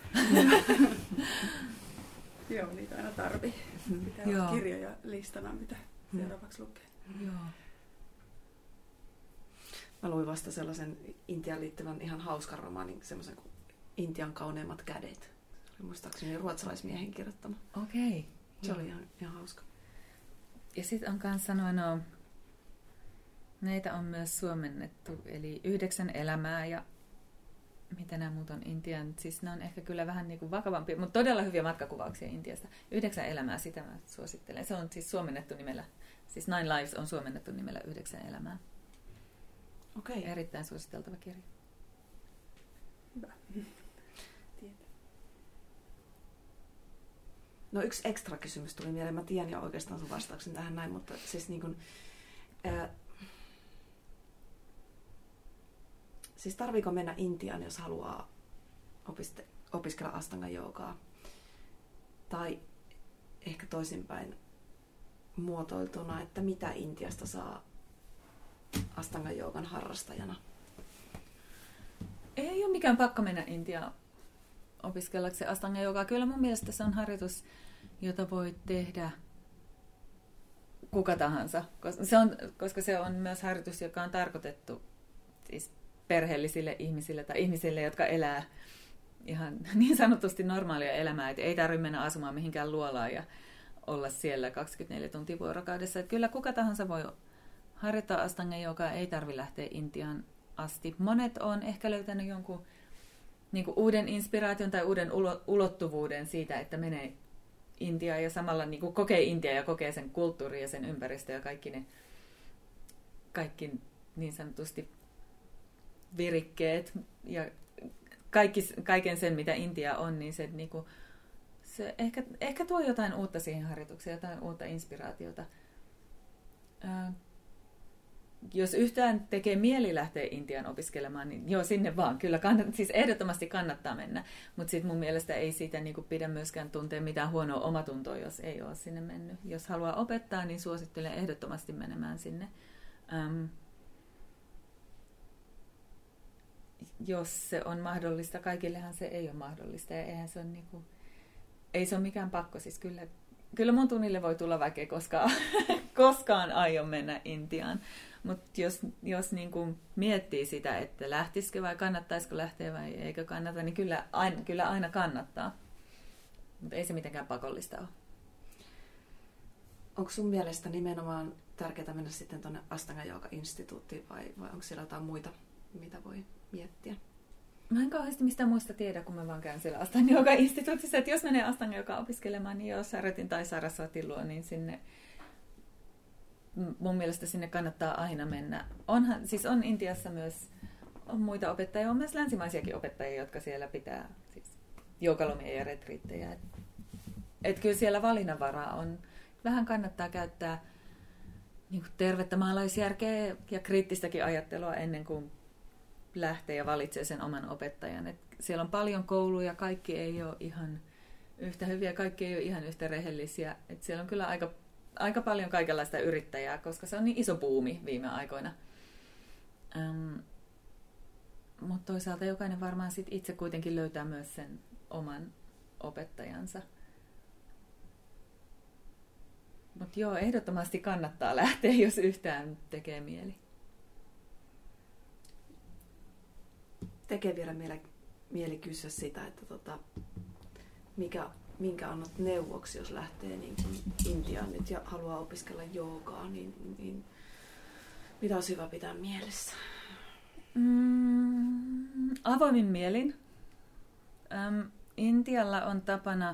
[SPEAKER 3] Joo, niitä aina tarvii. Pitää olla kirjoja listana, mitä seuraavaksi lukee.
[SPEAKER 2] Joo.
[SPEAKER 1] Mä luin vasta sellaisen Intiaan liittyvän ihan hauskan romaanin, semmoisen kuin Intian kauneimmat kädet. Se oli muistaakseni ruotsalaismiehen kirjoittama.
[SPEAKER 2] Okei.
[SPEAKER 1] Se oli ihan hauska.
[SPEAKER 2] Ja sitten on kanssa näitä on myös suomennettu, eli 9 elämää ja mitä nämä muut on Intian, siis ne on ehkä kyllä vähän niin kuin vakavampia, mutta todella hyviä matkakuvauksia Intiasta. 9 elämää, sitä mä suosittelen. Se on siis suomennettu nimellä, siis Nine Lives on suomennettu nimellä 9 elämää.
[SPEAKER 1] Okei.
[SPEAKER 2] Erittäin suositeltava kirja.
[SPEAKER 3] Hyvä.
[SPEAKER 1] No yksi ekstra kysymys tuli mieleen. Mä tiedän jo oikeastaan sun vastauksen tähän näin, mutta siis niin kuin, siis tarviiko mennä Intiaan, jos haluaa opiskella Astanga-joogaa? Tai ehkä toisinpäin muotoiltuna, että mitä Intiasta saa Astanga-joogan harrastajana?
[SPEAKER 2] Ei ole mikään pakko mennä Intiaan opiskellakseen Astanga-joogaa. Kyllä mun mielestä se on harjoitus, jota voi tehdä kuka tahansa. Koska se on myös harjoitus, joka on tarkoitettu siis perheellisille ihmisille tai ihmisille, jotka elää ihan niin sanotusti normaalia elämää. Et ei tarvitse mennä asumaan mihinkään luolaan ja olla siellä 24 tuntia vuorokaudessa. Et kyllä kuka tahansa voi harjoittaa Astanga-joogaa, ei tarvitse lähteä Intiaan asti. Monet on ehkä löytänyt jonkun niin kuin uuden inspiraation tai uuden ulottuvuuden siitä, että menee Intiaan ja samalla niin kuin kokee Intiaa ja kokee sen kulttuurin ja sen ympäristön ja kaikki niin sanotusti virikkeet ja kaiken sen, mitä Intia on, niin se, niin kuin, se ehkä tuo jotain uutta siihen harjoitukseen, jotain uutta inspiraatiota. Jos yhtään tekee mieli lähteä Intiaan opiskelemaan, niin joo, sinne vaan. Kyllä siis ehdottomasti kannattaa mennä, mutta sitten mun mielestä ei siitä niin kuin pidä myöskään tuntea mitään huonoa omatuntoa, jos ei ole sinne mennyt. Jos haluaa opettaa, niin suosittelen ehdottomasti menemään sinne. Jos se on mahdollista, kaikillehan se ei ole mahdollista ja eihän se ole niinku, ei se ole mikään pakko. Siis kyllä mun tunnille voi tulla, vaikka ei koskaan aio mennä Intiaan. Mutta jos niinku miettii sitä, että lähtisikö vai kannattaisiko lähteä vai eikö kannata, niin kyllä aina kannattaa. Mutta ei se mitenkään pakollista ole.
[SPEAKER 1] Onko sun mielestä nimenomaan tärkeää mennä sitten tuonne Astanga-jooga-instituuttiin vai onko siellä jotain muita, mitä voi miettiä?
[SPEAKER 2] Mä en kauheasti mistään muista tiedä, kun mä vaan käyn siellä Astanga-jooga-instituutissa, että jos menee Astanga-joogaa opiskelemaan, niin jos Saratin tai Saraswatin luo, niin sinne, mun mielestä sinne kannattaa aina mennä. On Intiassa myös on muita opettajia, on myös länsimaisiakin opettajia, jotka siellä pitää siis joogalomia ja retriittejä. Et kyllä siellä valinnanvaraa on. Vähän kannattaa käyttää niin kuin tervettä maalaisjärkeä ja kriittistäkin ajattelua ennen kuin lähtee ja valitsee sen oman opettajan. Et siellä on paljon kouluja, kaikki ei ole ihan yhtä hyviä, kaikki ei ole ihan yhtä rehellisiä. Et siellä on kyllä aika paljon kaikenlaista yrittäjää, koska se on niin iso buumi viime aikoina. Mutta toisaalta jokainen varmaan sit itse kuitenkin löytää myös sen oman opettajansa. Mutta joo, ehdottomasti kannattaa lähteä, jos yhtään tekee mieli.
[SPEAKER 1] Tekee vielä mieli kysyä sitä, että minkä annat neuvoksi, jos lähtee niin kuin Intiaan nyt ja haluaa opiskella joogaa, niin mitä olisi hyvä pitää mielessä?
[SPEAKER 2] Avoimin mielin. Intialla on tapana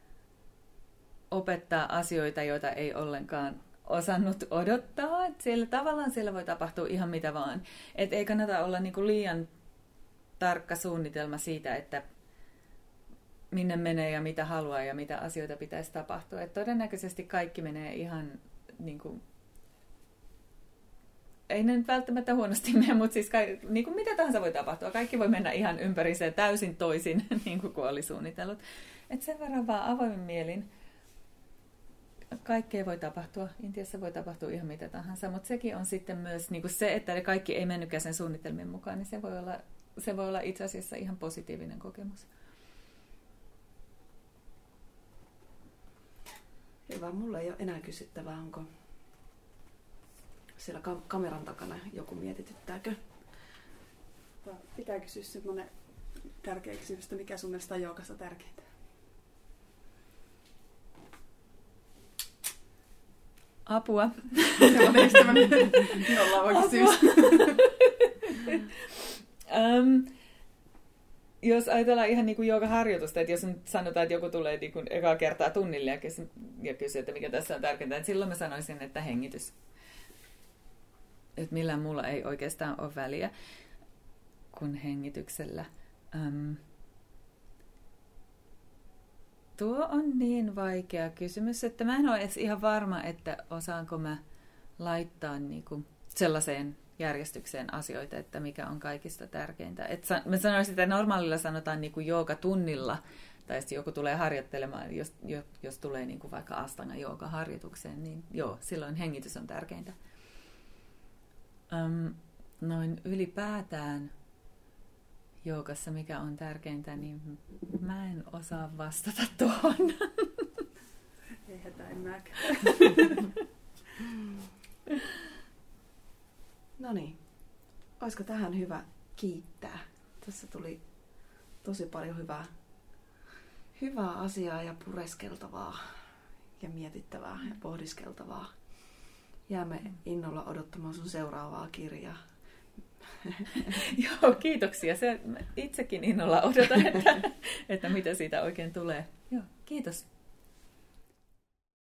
[SPEAKER 2] opettaa asioita, joita ei ollenkaan osannut odottaa. Siellä voi tapahtua ihan mitä vaan. Et ei kannata olla niinku liian tarkka suunnitelma siitä, että minne menee ja mitä haluaa ja mitä asioita pitäisi tapahtua. Et todennäköisesti kaikki menee ihan niinku ei ne nyt välttämättä huonosti mene, mutta siis niin kuin mitä tahansa voi tapahtua. Kaikki voi mennä ihan ympäriseen täysin toisin, niin kuin oli suunnitellut. Että sen verran vaan avoimin mielin. Kaikkea voi tapahtua. Intiassa voi tapahtua ihan mitä tahansa, mutta sekin on sitten myös niin kuin se, että kaikki ei mennytkään sen suunnitelmien mukaan, niin se voi olla itse asiassa ihan positiivinen kokemus.
[SPEAKER 1] Hyvä, mulla ei ole enää kysyttävää, onko siellä kameran takana joku mietityttääkö?
[SPEAKER 3] Pitää kysyä semmoinen tärkeä kysymys, että mikä sun mielestä on joogassa tärkeintä?
[SPEAKER 2] Apua.
[SPEAKER 3] Semmoinen nollaava kysymys.
[SPEAKER 2] Jos ajatellaan ihan niin kuin joogaharjoitusta, että jos nyt sanotaan, että joku tulee niin kuin ekaa kertaa tunnille ja kysyy, että mikä tässä on tärkeintä, niin silloin mä sanoisin, että hengitys. Että millään muulla ei oikeastaan ole väliä kuin hengityksellä. Tuo on niin vaikea kysymys, että mä en ole edes ihan varma, että osaanko mä laittaa niinku sellaiseen järjestykseen asioita, että mikä on kaikista tärkeintä. Mä sanoisin, että normaalilla sanotaan niinku joogatunnilla, tai sitten joku tulee harjoittelemaan, jos tulee niinku vaikka Astanga joogaharjoitukseen, niin joo, silloin hengitys on tärkeintä. Noin ylipäätään joogassa, mikä on tärkeintä, niin mä en osaa vastata tuohon.
[SPEAKER 3] Ei hätää, en mäkään.
[SPEAKER 1] No niin, olisiko tähän hyvä kiittää? Tässä tuli tosi paljon hyvää asiaa ja pureskeltavaa ja mietittävää ja pohdiskeltavaa. Jäämme innolla odottamaan sun seuraavaa kirjaa.
[SPEAKER 2] Joo, kiitoksia. Itsekin innolla odotan, että mitä siitä oikein tulee. Joo, kiitos.